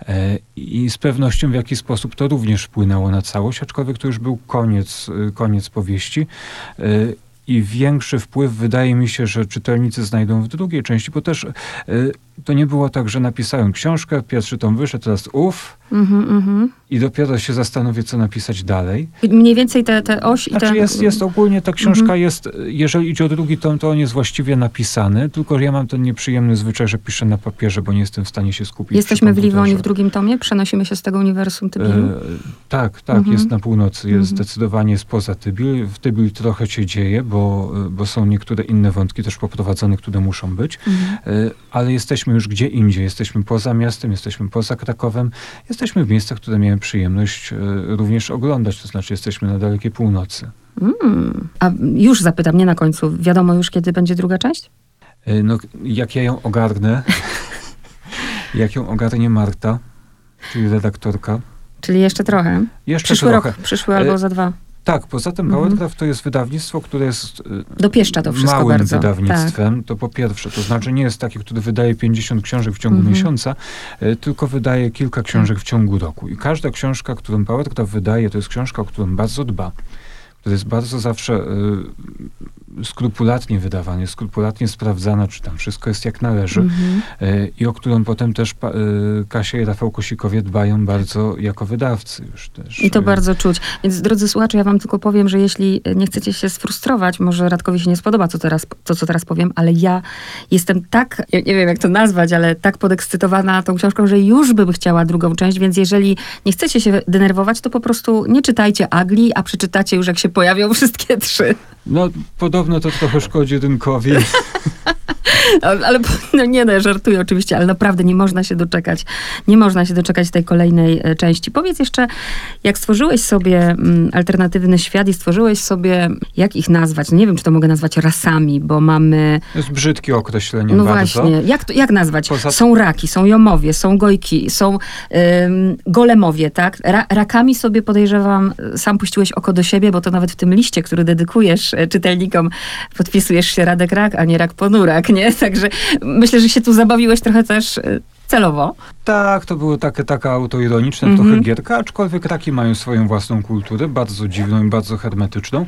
I z pewnością w jakiś sposób to również wpłynęło na całość, aczkolwiek to już był koniec powieści. I większy wpływ wydaje mi się, że czytelnicy znajdą w drugiej części, bo też to nie było tak, że napisałem książkę, pierwszy tom wyszedł, teraz i dopiero się zastanowię, co napisać dalej. Mniej więcej te oś i znaczy jest ogólnie ta książka jest, jeżeli idzie o drugi tom, to on jest właściwie napisany, tylko że ja mam ten nieprzyjemny zwyczaj, że piszę na papierze, bo nie jestem w stanie się skupić. Jesteśmy w Liwoni w drugim tomie? Przenosimy się z tego uniwersum Tybilu? Tak, jest na północy, jest zdecydowanie spoza Tybil. W Tybil trochę się dzieje, bo są niektóre inne wątki też poprowadzone, które muszą być, ale jesteśmy już gdzie indziej. Jesteśmy poza miastem, jesteśmy poza Krakowem, jesteśmy w miejscach, które miałem przyjemność również oglądać, to znaczy jesteśmy na dalekiej północy. A już zapytam, nie na końcu, wiadomo już, kiedy będzie druga część? No, jak ja ją ogarnę, jak ją ogarnie Marta, czyli redaktorka. Czyli jeszcze trochę? Przyszły rok, albo za 2. Tak, poza tym Poetcraft to jest wydawnictwo, które jest dopieszcza to wszystko małym bardzo. wydawnictwem. Tak. To po pierwsze, to znaczy nie jest takie, które wydaje 50 książek w ciągu miesiąca, tylko wydaje kilka książek w ciągu roku. I każda książka, którą Poetcraft wydaje, to jest książka, o którą bardzo dba. Która jest bardzo zawsze skrupulatnie wydawana, skrupulatnie sprawdzana, czy tam wszystko jest jak należy. I o którą potem też Kasia i Rafał Kosikowie dbają bardzo jako wydawcy już też. I to bardzo czuć. Więc drodzy słuchacze, ja wam tylko powiem, że jeśli nie chcecie się sfrustrować, może Radkowi się nie spodoba co teraz powiem, ale ja jestem tak, nie wiem jak to nazwać, ale tak podekscytowana tą książką, że już bym chciała drugą część, więc jeżeli nie chcecie się denerwować, to po prostu nie czytajcie Agli, a przeczytacie już jak się pojawią wszystkie 3. No, podobno to trochę szkodzi rynkowi. Ale żartuję oczywiście, ale naprawdę nie można się doczekać tej kolejnej części. Powiedz jeszcze, jak stworzyłeś sobie alternatywny świat i stworzyłeś sobie, jak ich nazwać? Nie wiem, czy to mogę nazwać rasami, bo mamy... To jest brzydkie określenie no bardzo. Właśnie, jak nazwać? Są raki, są jomowie, są gojki, są golemowie, tak? Rakami sobie podejrzewam, sam puściłeś oko do siebie, bo to nawet w tym liście, który dedykujesz czytelnikom, podpisujesz się Radek Rak, a nie Rak Ponurak, nie? Także myślę, że się tu zabawiłeś trochę też celowo. Tak, to było taka autoironiczne, trochę gierka, aczkolwiek raki mają swoją własną kulturę, bardzo dziwną i bardzo hermetyczną.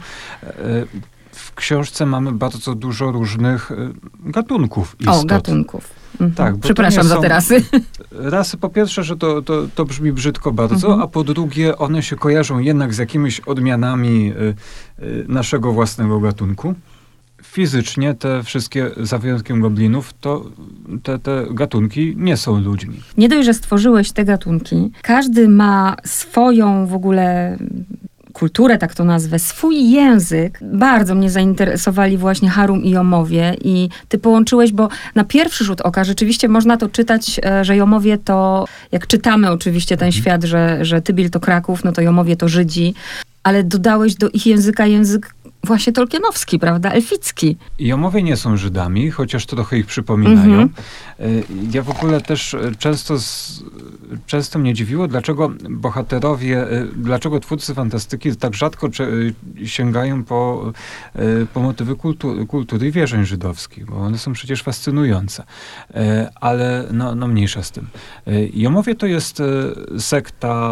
W książce mamy bardzo dużo różnych gatunków istot. O, gatunków. Tak, przepraszam za te rasy. Rasy, po pierwsze, że to brzmi brzydko bardzo, a po drugie one się kojarzą jednak z jakimiś odmianami naszego własnego gatunku. Fizycznie te wszystkie, za wyjątkiem goblinów, to te gatunki nie są ludźmi. Nie dość, że stworzyłeś te gatunki, każdy ma swoją w ogóle kulturę, tak to nazwę, swój język. Bardzo mnie zainteresowali właśnie Harum i Jomowie i ty połączyłeś, bo na pierwszy rzut oka rzeczywiście można to czytać, że Jomowie to, jak czytamy oczywiście ten świat, że Tybil to Kraków, no to Jomowie to Żydzi, ale dodałeś do ich języka język właśnie tolkienowski, prawda? Elficki. Jomowie nie są Żydami, chociaż trochę ich przypominają. Ja w ogóle też często mnie dziwiło, dlaczego bohaterowie, dlaczego twórcy fantastyki tak rzadko sięgają po motywy kultury i wierzeń żydowskich, bo one są przecież fascynujące. Ale no mniejsza z tym. Jomowie to jest sekta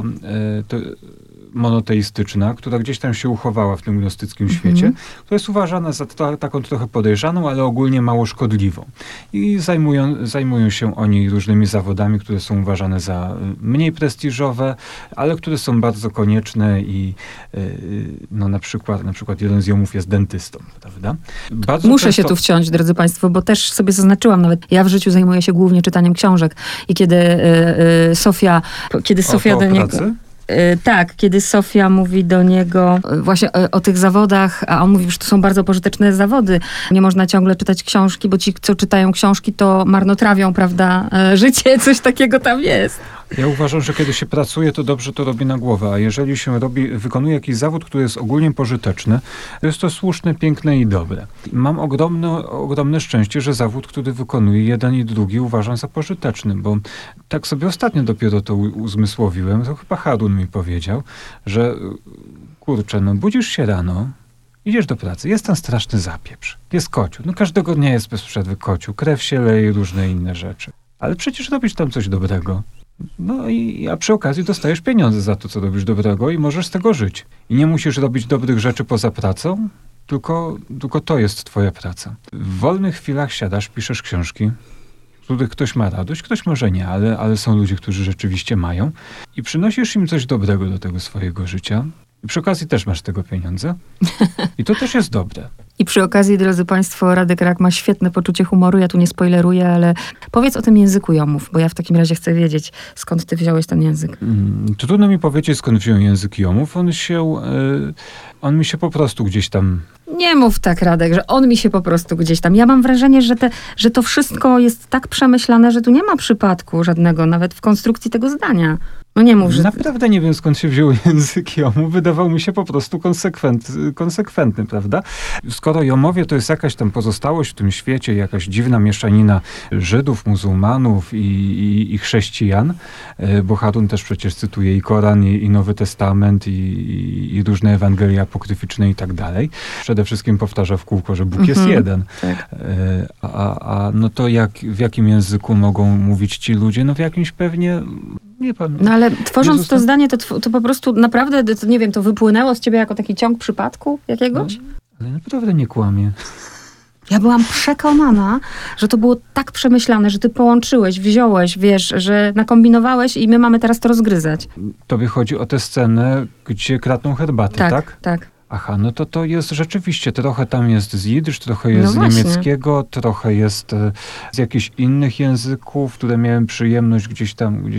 monoteistyczna, która gdzieś tam się uchowała w tym gnostyckim świecie, która jest uważana za taką trochę podejrzaną, ale ogólnie mało szkodliwą. I zajmują się oni różnymi zawodami, które są uważane za mniej prestiżowe, ale które są bardzo konieczne i na przykład jeden z jomów jest dentystą, prawda? Muszę się tu wciąć, drodzy państwo, bo też sobie zaznaczyłam nawet, ja w życiu zajmuję się głównie czytaniem książek i kiedy Sofia do niego... Tak, kiedy Sofia mówi do niego właśnie o tych zawodach, a on mówi, że to są bardzo pożyteczne zawody. Nie można ciągle czytać książki, bo ci, co czytają książki, to marnotrawią, prawda, życie, coś takiego tam jest. Ja uważam, że kiedy się pracuje, to dobrze to robi na głowę, a jeżeli się wykonuje jakiś zawód, który jest ogólnie pożyteczny, to jest to słuszne, piękne i dobre. Mam ogromne szczęście, że zawód, który wykonuje jeden i drugi, uważam za pożyteczny, bo tak sobie ostatnio dopiero to uzmysłowiłem, to chyba Harun mi powiedział, że kurczę, budzisz się rano, idziesz do pracy, jest ten straszny zapieprz, jest kociu, każdego dnia jest bez przerwy kociu, krew się leje i różne inne rzeczy. Ale przecież robisz tam coś dobrego. A przy okazji dostajesz pieniądze za to, co robisz dobrego i możesz z tego żyć. I nie musisz robić dobrych rzeczy poza pracą, tylko to jest twoja praca. W wolnych chwilach siadasz, piszesz książki, w których ktoś ma radość, ktoś może nie, ale są ludzie, którzy rzeczywiście mają. I przynosisz im coś dobrego do tego swojego życia. I przy okazji też masz z tego pieniądze. I to też jest dobre. I przy okazji, drodzy państwo, Radek Rak ma świetne poczucie humoru. Ja tu nie spoileruję, ale powiedz o tym języku jomów, bo ja w takim razie chcę wiedzieć, skąd ty wziąłeś ten język. Trudno mi powiedzieć, skąd wziął język jomów. On mi się po prostu gdzieś tam... Nie mów tak, Radek, że on mi się po prostu gdzieś tam... Ja mam wrażenie, że to wszystko jest tak przemyślane, że tu nie ma przypadku żadnego, nawet w konstrukcji tego zdania. Nie mów, że... Naprawdę nie wiem, skąd się wziął język jomu. Wydawał mi się po prostu konsekwentny, prawda? Skoro jomowie to jest jakaś tam pozostałość w tym świecie, jakaś dziwna mieszanina Żydów, muzułmanów i chrześcijan, bo Harun też przecież cytuje i Koran, i Nowy Testament, i różne Ewangelie apokryficzne i tak dalej. Przede wszystkim powtarza w kółko, że Bóg jest jeden. Tak. To w jakim języku mogą mówić ci ludzie? W jakimś pewnie... Nie pamiętam. Ale tworząc to zdanie, to po prostu naprawdę, nie wiem, to wypłynęło z ciebie jako taki ciąg przypadku jakiegoś? Ale naprawdę nie kłamie. Ja byłam przekonana, że to było tak przemyślane, że ty połączyłeś, wziąłeś, wiesz, że nakombinowałeś i my mamy teraz to rozgryzać. Tobie chodzi o tę scenę, gdzie kradną herbatę, tak? Tak. Aha, to jest rzeczywiście, trochę tam jest z jidysz, trochę jest z niemieckiego, trochę jest z jakichś innych języków, które miałem przyjemność gdzie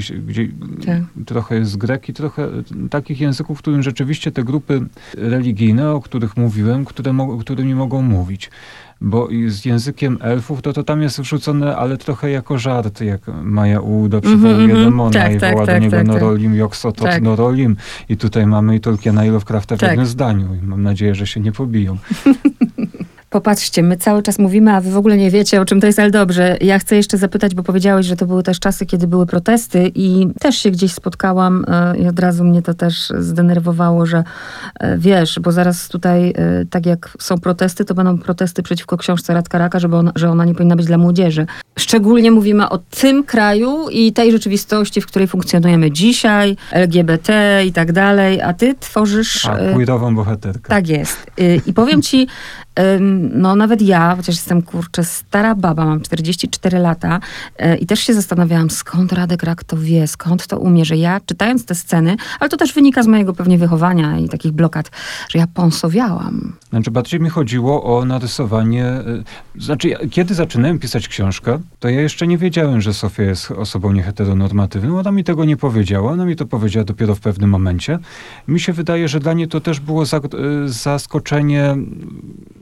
trochę jest z greki, trochę takich języków, w którym rzeczywiście te grupy religijne, o których mówiłem, którymi mogą mówić. Bo z językiem elfów to tam jest wrzucone, ale trochę jako żart, jak Maja Uda przywołuje demona i woła do niego Norolim, Joksotot, Norolim. I tutaj mamy i Tolkiena i Lovecrafta w jednym zdaniu. I mam nadzieję, że się nie pobiją. Popatrzcie, my cały czas mówimy, a wy w ogóle nie wiecie, o czym to jest, ale dobrze. Ja chcę jeszcze zapytać, bo powiedziałeś, że to były też czasy, kiedy były protesty i też się gdzieś spotkałam i od razu mnie to też zdenerwowało, że wiesz, bo zaraz tutaj, tak jak są protesty, to będą protesty przeciwko książce Radka Raka, że ona nie powinna być dla młodzieży. Szczególnie mówimy o tym kraju i tej rzeczywistości, w której funkcjonujemy dzisiaj, LGBT i tak dalej, a ty tworzysz... queerową bohaterkę. Tak jest. I powiem ci, nawet ja, chociaż jestem, stara baba, mam 44 lata i też się zastanawiałam, skąd Radek Rak to wie, skąd to umie, że ja czytając te sceny, ale to też wynika z mojego pewnie wychowania i takich blokad, że ja pąsowiałam. Bardziej mi chodziło o narysowanie, kiedy zaczynałem pisać książkę, to ja jeszcze nie wiedziałem, że Sofia jest osobą nieheteronormatywną, ona mi tego nie powiedziała, ona mi to powiedziała dopiero w pewnym momencie. Mi się wydaje, że dla niej to też było zaskoczenie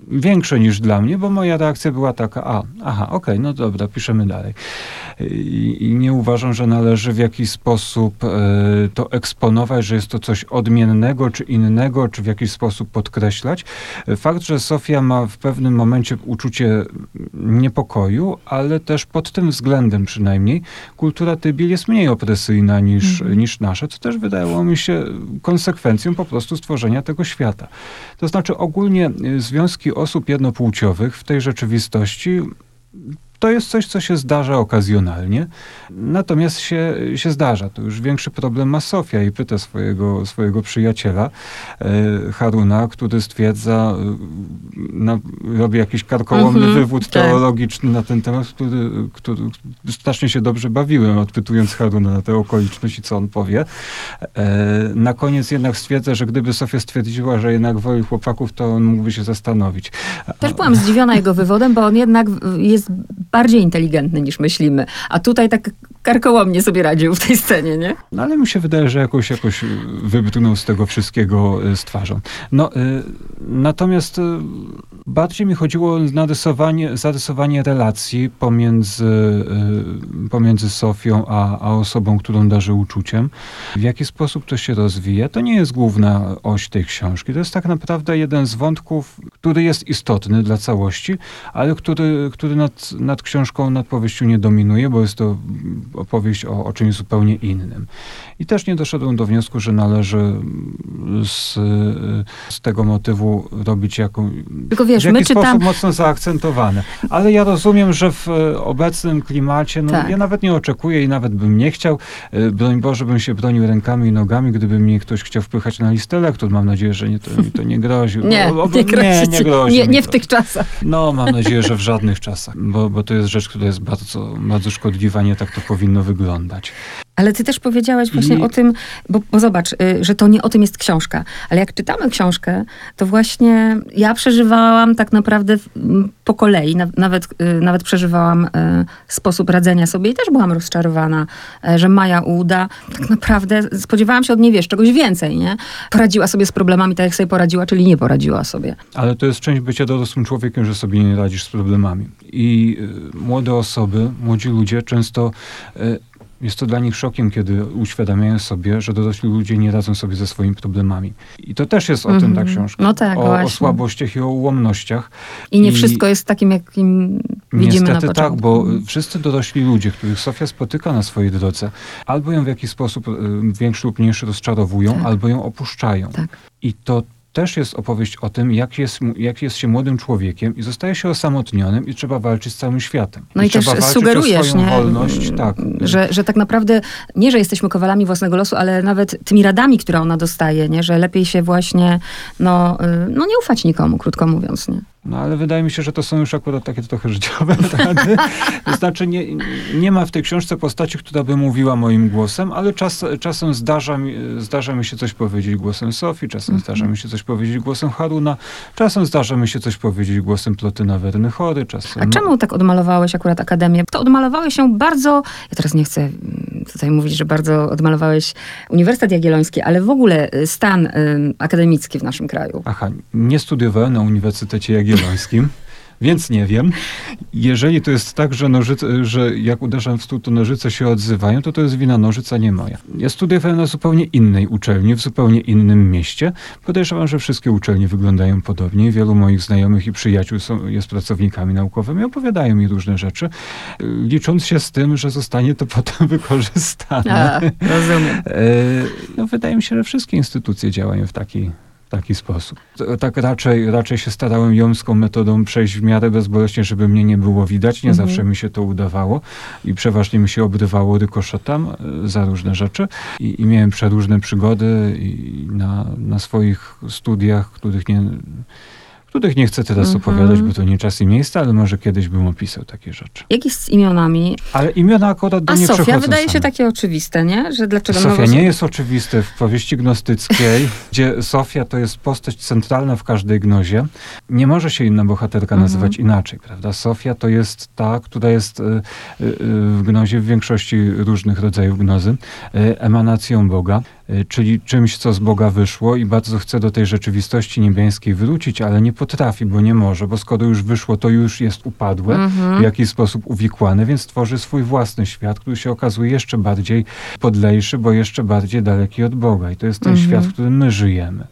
większe niż dla mnie, bo moja reakcja była taka, okej, no dobra, piszemy dalej. I nie uważam, że należy w jakiś sposób to eksponować, że jest to coś odmiennego, czy innego, czy w jakiś sposób podkreślać. Fakt, że Sofia ma w pewnym momencie uczucie niepokoju, ale też pod tym względem przynajmniej kultura Tybil jest mniej opresyjna niż nasza, co też wydawało mi się konsekwencją po prostu stworzenia tego świata. To znaczy ogólnie związki osób jednopłciowych w tej rzeczywistości to jest coś, co się zdarza okazjonalnie, natomiast się zdarza. To już większy problem ma Sofia i pyta swojego przyjaciela Haruna, który stwierdza, robi jakiś karkołomny wywód teologiczny na ten temat, który strasznie się dobrze bawiłem, odpytując Haruna na tę okoliczność i co on powie. Na koniec jednak stwierdza, że gdyby Sofia stwierdziła, że jednak woli chłopaków, to on mógłby się zastanowić. Też byłam zdziwiona jego wywodem, bo on jednak jest bardziej inteligentny niż myślimy. A tutaj tak karkołomnie sobie radził w tej scenie, nie? No ale mi się wydaje, że jakoś wybrnął z tego wszystkiego z twarzą. Natomiast bardziej mi chodziło o zarysowanie relacji pomiędzy Sofią a osobą, którą darzy uczuciem. W jaki sposób to się rozwija? To nie jest główna oś tej książki. To jest tak naprawdę jeden z wątków, który jest istotny dla całości, ale który nad książką, nad powieścią nie dominuje, bo jest to opowieść o czymś zupełnie innym. I też nie doszedłem do wniosku, że należy z tego motywu robić Tylko wiesz, w jakiś sposób mocno zaakcentowane. Ale ja rozumiem, że w obecnym klimacie, ja nawet nie oczekuję i nawet bym nie chciał, broń Boże, bym się bronił rękami i nogami, gdyby mnie ktoś chciał wpychać na listę lektur. Mam nadzieję, że mi to nie grozi. Nie grozi. Nie w tych czasach. No, mam nadzieję, że w żadnych czasach, bo to jest rzecz, która jest bardzo, bardzo szkodliwa, nie tak to powinno wyglądać. Ale ty też powiedziałaś właśnie o tym, bo zobacz, że to nie o tym jest książka. Ale jak czytamy książkę, to właśnie ja przeżywałam tak naprawdę po kolei. Nawet przeżywałam sposób radzenia sobie i też byłam rozczarowana, że Maja Uda tak naprawdę spodziewałam się od niej, czegoś więcej, nie? Poradziła sobie z problemami tak, jak sobie poradziła, czyli nie poradziła sobie. Ale to jest część bycia dorosłym człowiekiem, że sobie nie radzisz z problemami. I młode osoby, młodzi ludzie często jest to dla nich szokiem, kiedy uświadamiają sobie, że dorośli ludzie nie radzą sobie ze swoimi problemami. I to też jest o tym ta książka. No tak, o słabościach i o ułomnościach. I nie wszystko jest takim, jakim widzimy na początku. Tak, bo wszyscy dorośli ludzie, których Sofia spotyka na swojej drodze, albo ją w jakiś sposób większy lub mniejszy rozczarowują, albo ją opuszczają. Tak. I to też jest opowieść o tym, jak jest się młodym człowiekiem i zostaje się osamotnionym i trzeba walczyć z całym światem. No i też sugerujesz, nie? Wolność, tak. Że tak naprawdę nie, że jesteśmy kowalami własnego losu, ale nawet tymi radami, które ona dostaje, nie? Że lepiej się właśnie nie ufać nikomu, krótko mówiąc, nie? No ale wydaje mi się, że to są już akurat takie trochę życiowe rady. To znaczy nie ma w tej książce postaci, która by mówiła moim głosem, ale czasem zdarza mi się coś powiedzieć głosem Sofii, czasem zdarza mi się coś powiedzieć głosem Haruna, czasem zdarza mi się coś powiedzieć głosem Plotyna Werny Chory, czasem... A czemu tak odmalowałeś akurat Akademię? To odmalowałeś ją bardzo... Ja teraz nie chcę tutaj mówić, że bardzo odmalowałeś Uniwersytet Jagielloński, ale w ogóle stan akademicki w naszym kraju. Aha, nie studiowałem na Uniwersytecie Jagiellońskim. Więc nie wiem. Jeżeli to jest tak, że jak uderzam w stół, to nożyce się odzywają, to jest wina nożyc, a nie moja. Ja studiowałem na zupełnie innej uczelni, w zupełnie innym mieście. Podejrzewam, że wszystkie uczelnie wyglądają podobnie. Wielu moich znajomych i przyjaciół jest pracownikami naukowymi i opowiadają mi różne rzeczy, licząc się z tym, że zostanie to potem wykorzystane. Rozumiem. Wydaje mi się, że wszystkie instytucje działają w taki sposób. Tak raczej się starałem jomską metodą przejść w miarę bezboleśnie, żeby mnie nie było widać. Nie zawsze mi się to udawało i przeważnie mi się obrywało rykoszetem za różne rzeczy. I miałem przeróżne przygody na swoich studiach, których nie chcę teraz opowiadać, bo to nie czas i miejsce, ale może kiedyś bym opisał takie rzeczy. Jak jest z imionami? Ale imiona akurat do mnie przychodzą Sofia wydaje się takie oczywiste, nie? Że dlaczego Sofia nie jest oczywiste w powieści gnostyckiej, gdzie Sofia to jest postać centralna w każdej gnozie. Nie może się inna bohaterka nazywać inaczej, prawda? Sofia to jest ta, która jest w gnozie, w większości różnych rodzajów gnozy, emanacją Boga. czyli czymś, co z Boga wyszło i bardzo chce do tej rzeczywistości niebiańskiej wrócić, ale nie potrafi, bo nie może, bo skoro już wyszło, to już jest upadłe, w jakiś sposób uwikłane, więc tworzy swój własny świat, który się okazuje jeszcze bardziej podlejszy, bo jeszcze bardziej daleki od Boga. I to jest ten świat, w którym my żyjemy.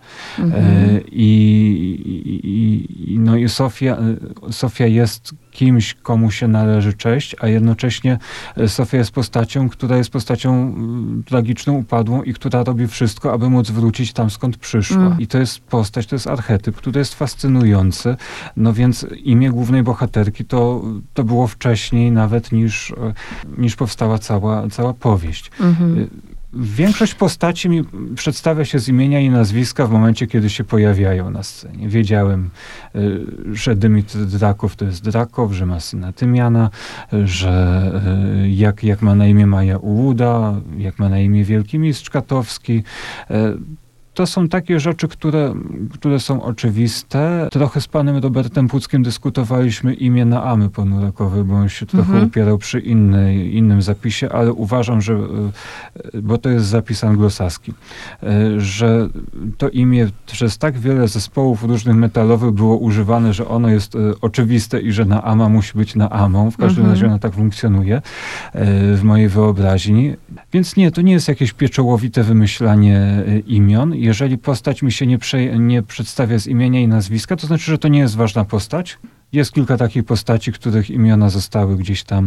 I Sofia jest kimś, komu się należy cześć, a jednocześnie Sofia jest postacią, która jest postacią tragiczną, upadłą i która robi wszystko, aby móc wrócić tam, skąd przyszła. I to jest postać, to jest archetyp, który jest fascynujący. No więc imię głównej bohaterki to było wcześniej nawet niż powstała cała powieść. Większość postaci mi przedstawia się z imienia i nazwiska w momencie, kiedy się pojawiają na scenie. Wiedziałem, że Dymitr Drakow to jest Drakow, że ma syna Tymiana, że jak ma na imię Maja Ułuda, jak ma na imię Wielki Mistrz Katowski. To są takie rzeczy, które są oczywiste. Trochę z panem Robertem Puckiem dyskutowaliśmy imię Naamy Ponurakowej, bo on się trochę upierał przy innym zapisie, ale uważam, że, bo to jest zapis anglosaski, że to imię przez tak wiele zespołów różnych metalowych było używane, że ono jest oczywiste i że Naama musi być Naamą. W każdym razie ona tak funkcjonuje w mojej wyobraźni. Więc nie, to nie jest jakieś pieczołowite wymyślanie imion. Jeżeli postać mi się nie przedstawia z imienia i nazwiska, to znaczy, że to nie jest ważna postać. Jest kilka takich postaci, których imiona zostały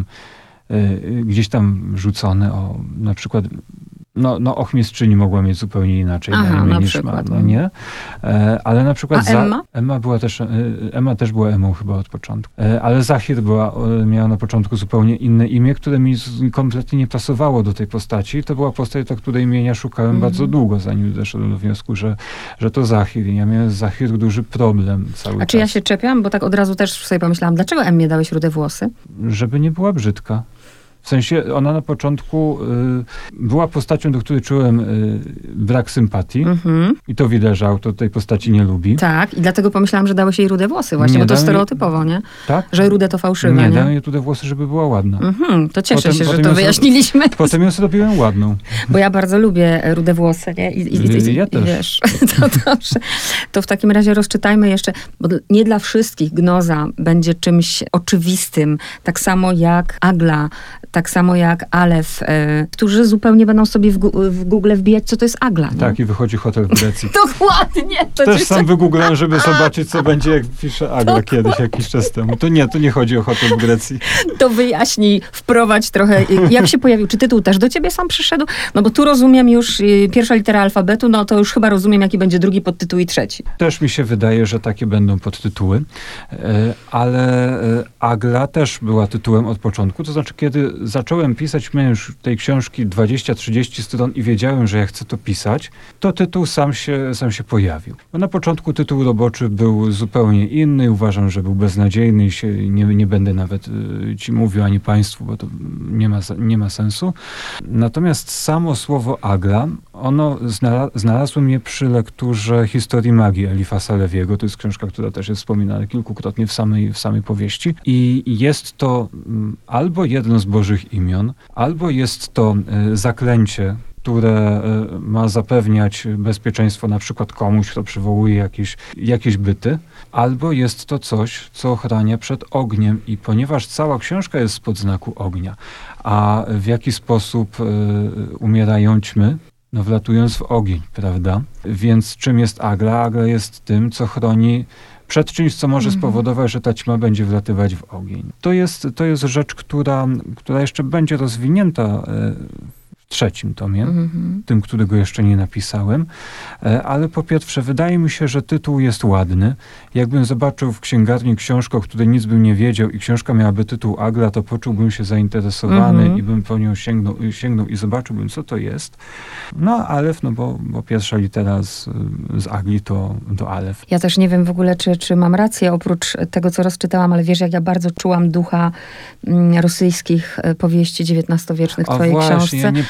gdzieś tam rzucone. Na przykład ochmistrzyni mogła mieć zupełnie inaczej na imię niż ma, no nie? Ale na przykład Emma też była Emmą chyba od początku. Ale Zahir miała na początku zupełnie inne imię, które mi kompletnie nie pasowało do tej postaci. To była postać, do której imienia szukałem bardzo długo, zanim doszedłem do wniosku, że to Zahir. Ja miałem z Zahir duży problem cały czas. Czy ja się czepiam? Bo tak od razu też sobie pomyślałam, dlaczego Emmie dałeś rude włosy? Żeby nie była brzydka. W sensie ona na początku była postacią, do której czułem brak sympatii. I to widać, że autor tej postaci nie lubi. Tak, i dlatego pomyślałam, że dałeś jej rude włosy właśnie, bo to stereotypowo, nie? Tak? Że rude to fałszywe, nie? Dałem jej rude włosy, żeby była ładna. To cieszę się, że to wyjaśniliśmy. Potem ją zrobiłem ładną. Bo ja bardzo lubię rude włosy, nie? Ja też. Wiesz, to dobrze. To w takim razie rozczytajmy jeszcze, bo nie dla wszystkich Gnoza będzie czymś oczywistym, tak samo jak Agla, tak samo jak Alef, którzy zupełnie będą sobie w Google wbijać, co to jest Agla. Nie? Tak, i wychodzi Hotel w Grecji. Dokładnie. Też sam wygooglałem, żeby zobaczyć, co będzie, jak pisze Agla kiedyś, jakiś czas temu. To nie chodzi o Hotel w Grecji. To wyjaśnij, wprowadź trochę, jak się pojawił. Czy tytuł też do ciebie sam przyszedł? No bo tu rozumiem już pierwsza litera alfabetu, no to już chyba rozumiem, jaki będzie drugi podtytuł i trzeci. Też mi się wydaje, że takie będą podtytuły, ale Agla też była tytułem od początku. To znaczy, kiedy zacząłem pisać, miałem już tej książki 20-30 stron i wiedziałem, że ja chcę to pisać, to tytuł sam się pojawił. Bo na początku tytuł roboczy był zupełnie inny. Uważam, że był beznadziejny i nie będę nawet ci mówił, ani państwu, bo to nie ma sensu. Natomiast samo słowo Agla, ono znalazło mnie przy lekturze Historii Magii Elifasa Lewiego. To jest książka, która też jest wspominana kilkukrotnie w samej powieści. I jest to albo jedno z Bożych imion, albo jest to zaklęcie, które ma zapewniać bezpieczeństwo na przykład komuś, kto przywołuje jakieś byty, albo jest to coś, co ochrania przed ogniem. I ponieważ cała książka jest spod znaku ognia, a w jaki sposób umierają ćmy, wlatując w ogień, prawda? Więc czym jest Agla? Agla jest tym, co chroni przed czymś, co może spowodować, że ta ćma będzie wlatywać w ogień. To jest rzecz, która jeszcze będzie rozwinięta w trzecim tomie, tym, którego jeszcze nie napisałem. Ale po pierwsze, wydaje mi się, że tytuł jest ładny. Jakbym zobaczył w księgarni książkę, o której nic bym nie wiedział i książka miałaby tytuł Agla, to poczułbym się zainteresowany i bym po nią sięgnął i zobaczyłbym, co to jest. No, Alef, bo pierwsza litera z Agli to Alef. Ja też nie wiem w ogóle, czy mam rację, oprócz tego, co rozczytałam, ale wiesz, jak ja bardzo czułam ducha rosyjskich powieści XIX-wiecznych w twojej książce. Ja nie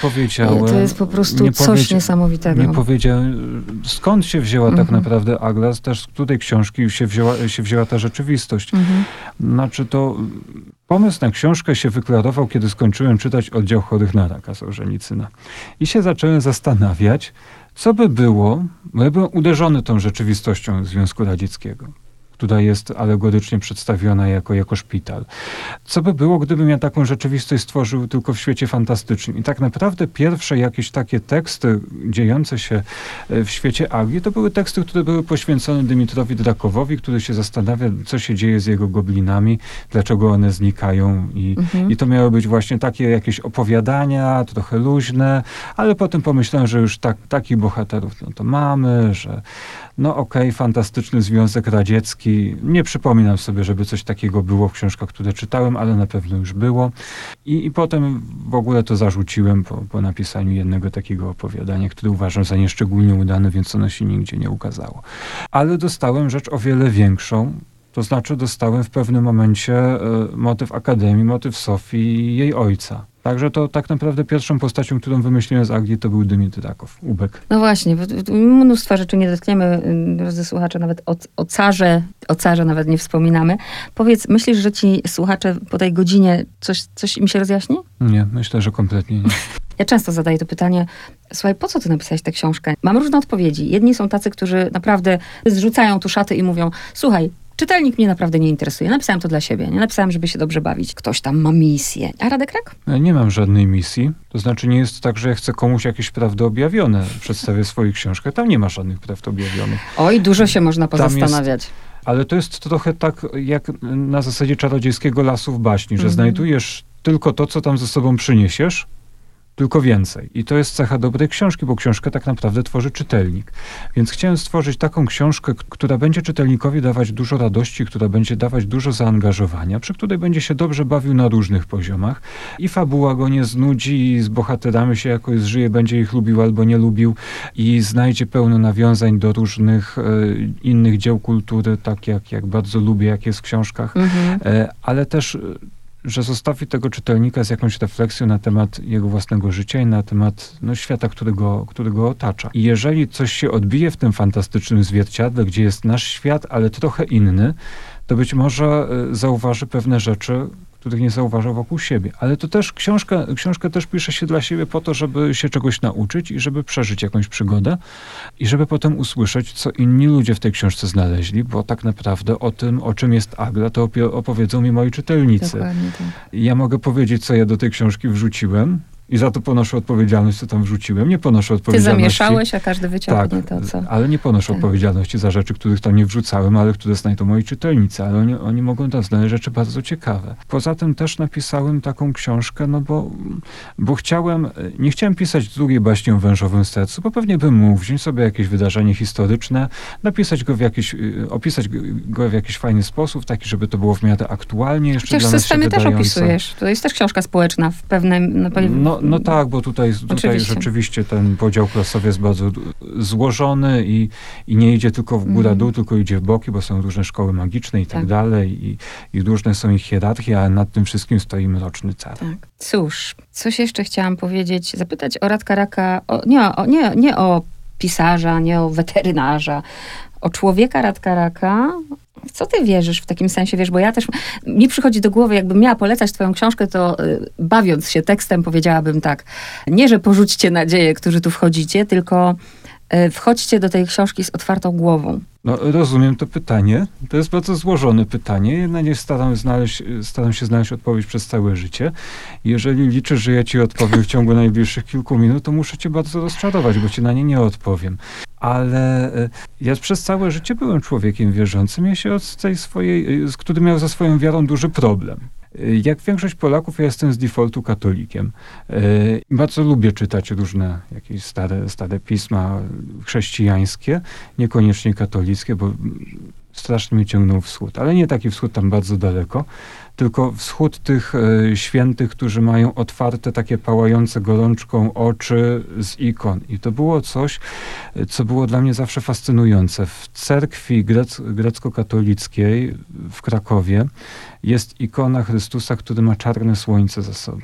powiedziałem... To jest po prostu coś niesamowitego. Nie powiedziałem, skąd się wzięła tak naprawdę Agla, też z której książki się wzięła ta rzeczywistość. Znaczy to... Pomysł na książkę się wyklarował, kiedy skończyłem czytać Oddział chorych na raka Sołżenicyna. I się zacząłem zastanawiać, co by było, bo ja byłem uderzony tą rzeczywistością Związku Radzieckiego, która jest alegorycznie przedstawiona jako szpital. Co by było, gdybym ja taką rzeczywistość stworzył tylko w świecie fantastycznym? I tak naprawdę pierwsze jakieś takie teksty dziejące się w świecie Agli, to były teksty, które były poświęcone Dymitrowi Drakowowi, który się zastanawia, co się dzieje z jego goblinami, dlaczego one znikają. I to miały być właśnie takie jakieś opowiadania, trochę luźne, ale potem pomyślałem, że już takich bohaterów no to mamy, że fantastyczny Związek Radziecki. Nie przypominam sobie, żeby coś takiego było w książkach, które czytałem, ale na pewno już było. I potem w ogóle to zarzuciłem po napisaniu jednego takiego opowiadania, które uważam za nieszczególnie udane, więc ono się nigdzie nie ukazało. Ale dostałem rzecz o wiele większą. To znaczy dostałem w pewnym momencie motyw Akademii, motyw Sofii i jej ojca. Także to tak naprawdę pierwszą postacią, którą wymyśliłem z Agli, to był Dymity Drakow, Ubek. No właśnie, mnóstwa rzeczy nie dotkniemy, drodzy słuchacze, nawet o carze nawet nie wspominamy. Powiedz, myślisz, że ci słuchacze po tej godzinie coś im się rozjaśni? Nie, myślę, że kompletnie nie. Ja często zadaję to pytanie, słuchaj, po co ty napisałeś tę książkę? Mam różne odpowiedzi. Jedni są tacy, którzy naprawdę zrzucają tu szaty i mówią, słuchaj, czytelnik mnie naprawdę nie interesuje. Napisałem to dla siebie. Nie napisałem, żeby się dobrze bawić. Ktoś tam ma misję. A Radek Rak? Ja nie mam żadnej misji. To znaczy nie jest tak, że ja chcę komuś jakieś prawdy objawione. Przedstawię w swoich książkach. Tam nie ma żadnych prawd objawionych. Oj, dużo się można pozastanawiać. Ale to jest trochę tak, jak na zasadzie czarodziejskiego lasu w baśni, że znajdujesz tylko to, co tam ze sobą przyniesiesz, tylko więcej. I to jest cecha dobrej książki, bo książkę tak naprawdę tworzy czytelnik. Więc chciałem stworzyć taką książkę, która będzie czytelnikowi dawać dużo radości, która będzie dawać dużo zaangażowania, przy której będzie się dobrze bawił na różnych poziomach. I fabuła go nie znudzi, i z bohaterami się jakoś zżyje, będzie ich lubił albo nie lubił i znajdzie pełno nawiązań do różnych innych dzieł kultury, tak jak bardzo lubię, jak jest w książkach. Ale też że zostawi tego czytelnika z jakąś refleksją na temat jego własnego życia i na temat świata, który go otacza. I jeżeli coś się odbije w tym fantastycznym zwierciadle, gdzie jest nasz świat, ale trochę inny, to być może zauważy pewne rzeczy, których nie zauważał wokół siebie. Ale to też książkę też pisze się dla siebie po to, żeby się czegoś nauczyć i żeby przeżyć jakąś przygodę i żeby potem usłyszeć, co inni ludzie w tej książce znaleźli, bo tak naprawdę o tym, o czym jest Agla, to opowiedzą mi moi czytelnicy. Dokładnie tak. Ja mogę powiedzieć, co ja do tej książki wrzuciłem i za to ponoszę odpowiedzialność, co tam wrzuciłem. Nie ponoszę odpowiedzialności. Ty zamieszałeś, a każdy wyciągnie to, co... ale nie ponoszę odpowiedzialności za rzeczy, których tam nie wrzucałem, ale które znajdą moi czytelnicy. Ale oni mogą tam znaleźć rzeczy bardzo ciekawe. Poza tym też napisałem taką książkę, bo nie chciałem pisać drugiej baśni o wężowym sercu, bo pewnie bym mógł wziąć sobie jakieś wydarzenie historyczne, opisać go w jakiś fajny sposób, taki, żeby to było w miarę aktualnie. Jeszcze chociaż systemy też opisujesz. To jest też książka społeczna w pewnym... No tak, bo tutaj rzeczywiście ten podział klasowy jest bardzo złożony i nie idzie tylko w górę-dół, tylko idzie w boki, bo są różne szkoły magiczne i tak dalej i różne są ich hierarchie, a nad tym wszystkim stoi mroczny car. Tak. Cóż, coś jeszcze chciałam powiedzieć, zapytać o Radka Raka, nie o pisarza, nie o weterynarza, o człowieka Radka Raka. W co ty wierzysz w takim sensie, wiesz, bo ja też, mi przychodzi do głowy, jakbym miała polecać twoją książkę, to bawiąc się tekstem powiedziałabym tak, nie, że porzućcie nadzieję, którzy tu wchodzicie, tylko wchodźcie do tej książki z otwartą głową. No, rozumiem to pytanie. To jest bardzo złożone pytanie. Na nie staram się znaleźć odpowiedź przez całe życie. Jeżeli liczysz, że ja ci odpowiem w ciągu najbliższych kilku minut, to muszę cię bardzo rozczarować, bo ci na nie nie odpowiem. Ale ja przez całe życie byłem człowiekiem wierzącym. Ja się od tej który miał ze swoją wiarą duży problem. Jak większość Polaków, ja jestem z defaultu katolikiem. Bardzo lubię czytać różne jakieś stare pisma chrześcijańskie, niekoniecznie katolickie, bo strasznie mnie ciągnął wschód. Ale nie taki wschód tam bardzo daleko, tylko wschód tych świętych, którzy mają otwarte, takie pałające gorączką oczy z ikon. I to było coś, co było dla mnie zawsze fascynujące. W cerkwi grecko-katolickiej w Krakowie jest ikona Chrystusa, który ma czarne słońce za sobą.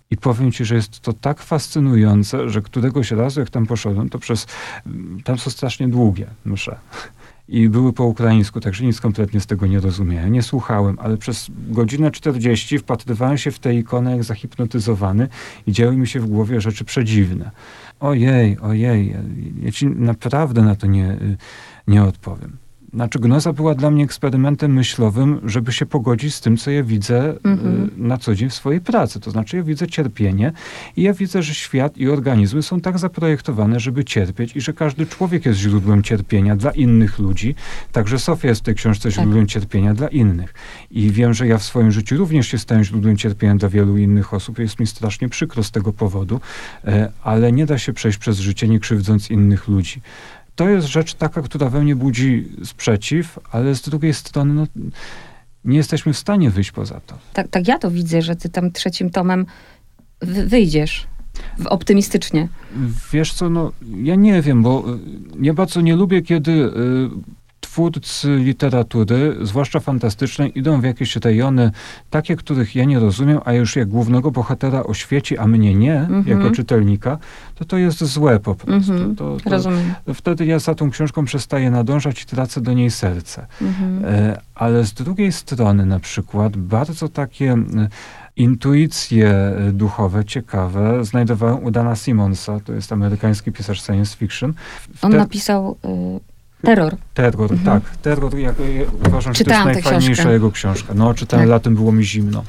I powiem ci, że jest to tak fascynujące, że któregoś razu, jak tam poszedłem, to tam są strasznie długie msze. I były po ukraińsku, także nic kompletnie z tego nie rozumiałem. Nie słuchałem, ale przez godzinę 40 wpatrywałem się w tę ikonę jak zahipnotyzowany i działy mi się w głowie rzeczy przedziwne. Ojej, ja ci naprawdę na to nie odpowiem. Znaczy, gnoza była dla mnie eksperymentem myślowym, żeby się pogodzić z tym, co ja widzę na co dzień w swojej pracy. To znaczy, ja widzę cierpienie i ja widzę, że świat i organizmy są tak zaprojektowane, żeby cierpieć i że każdy człowiek jest źródłem cierpienia dla innych ludzi. Także Sofia jest w tej książce źródłem cierpienia dla innych. I wiem, że ja w swoim życiu również się stałem źródłem cierpienia dla wielu innych osób. Jest mi strasznie przykro z tego powodu, ale nie da się przejść przez życie, nie krzywdząc innych ludzi. To jest rzecz taka, która we mnie budzi sprzeciw, ale z drugiej strony nie jesteśmy w stanie wyjść poza to. Tak ja to widzę, że ty tam 3. tomem wyjdziesz optymistycznie. Wiesz co, ja nie wiem, bo ja bardzo nie lubię, kiedy twórcy literatury, zwłaszcza fantastycznej, idą w jakieś rejony takie, których ja nie rozumiem, a już jak głównego bohatera oświeci, a mnie nie, jako czytelnika, to jest złe po prostu. Rozumiem. Wtedy ja za tą książką przestaję nadążać i tracę do niej serce. Ale z drugiej strony na przykład bardzo takie intuicje duchowe, ciekawe, znajdowałem u Dana Simonsa, to jest amerykański pisarz science fiction. On napisał Terror. Tak. Terror, ja uważam, że to jest najfajniejsza jego książka. Czytałem, latem było mi zimno.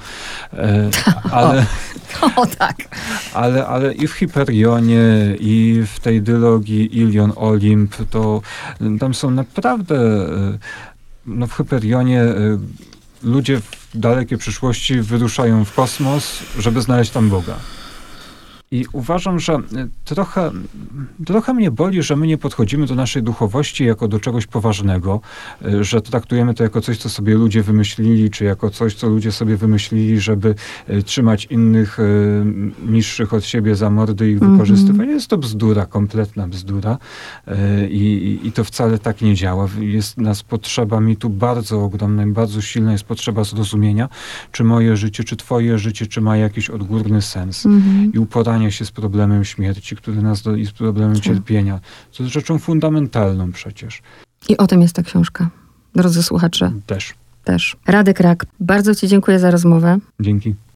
Tak. Ale i w Hyperionie, i w tej dylogii Ilion, Olimp, to tam są naprawdę, w Hyperionie ludzie w dalekiej przyszłości wyruszają w kosmos, żeby znaleźć tam Boga. I uważam, że trochę mnie boli, że my nie podchodzimy do naszej duchowości jako do czegoś poważnego, że traktujemy to jako coś, co sobie ludzie wymyślili, czy jako coś, co ludzie sobie wymyślili, żeby trzymać innych niższych od siebie za mordy i ich wykorzystywać. Jest to bzdura, kompletna bzdura i to wcale tak nie działa. Jest nas potrzeba mi tu bardzo ogromna, bardzo silna jest potrzeba zrozumienia, czy moje życie, czy twoje życie, czy ma jakiś odgórny sens. I uporania się z problemem śmierci, który nas i z problemem cierpienia. To jest rzeczą fundamentalną przecież. I o tym jest ta książka, drodzy słuchacze. Też. Radek Rak, bardzo ci dziękuję za rozmowę. Dzięki.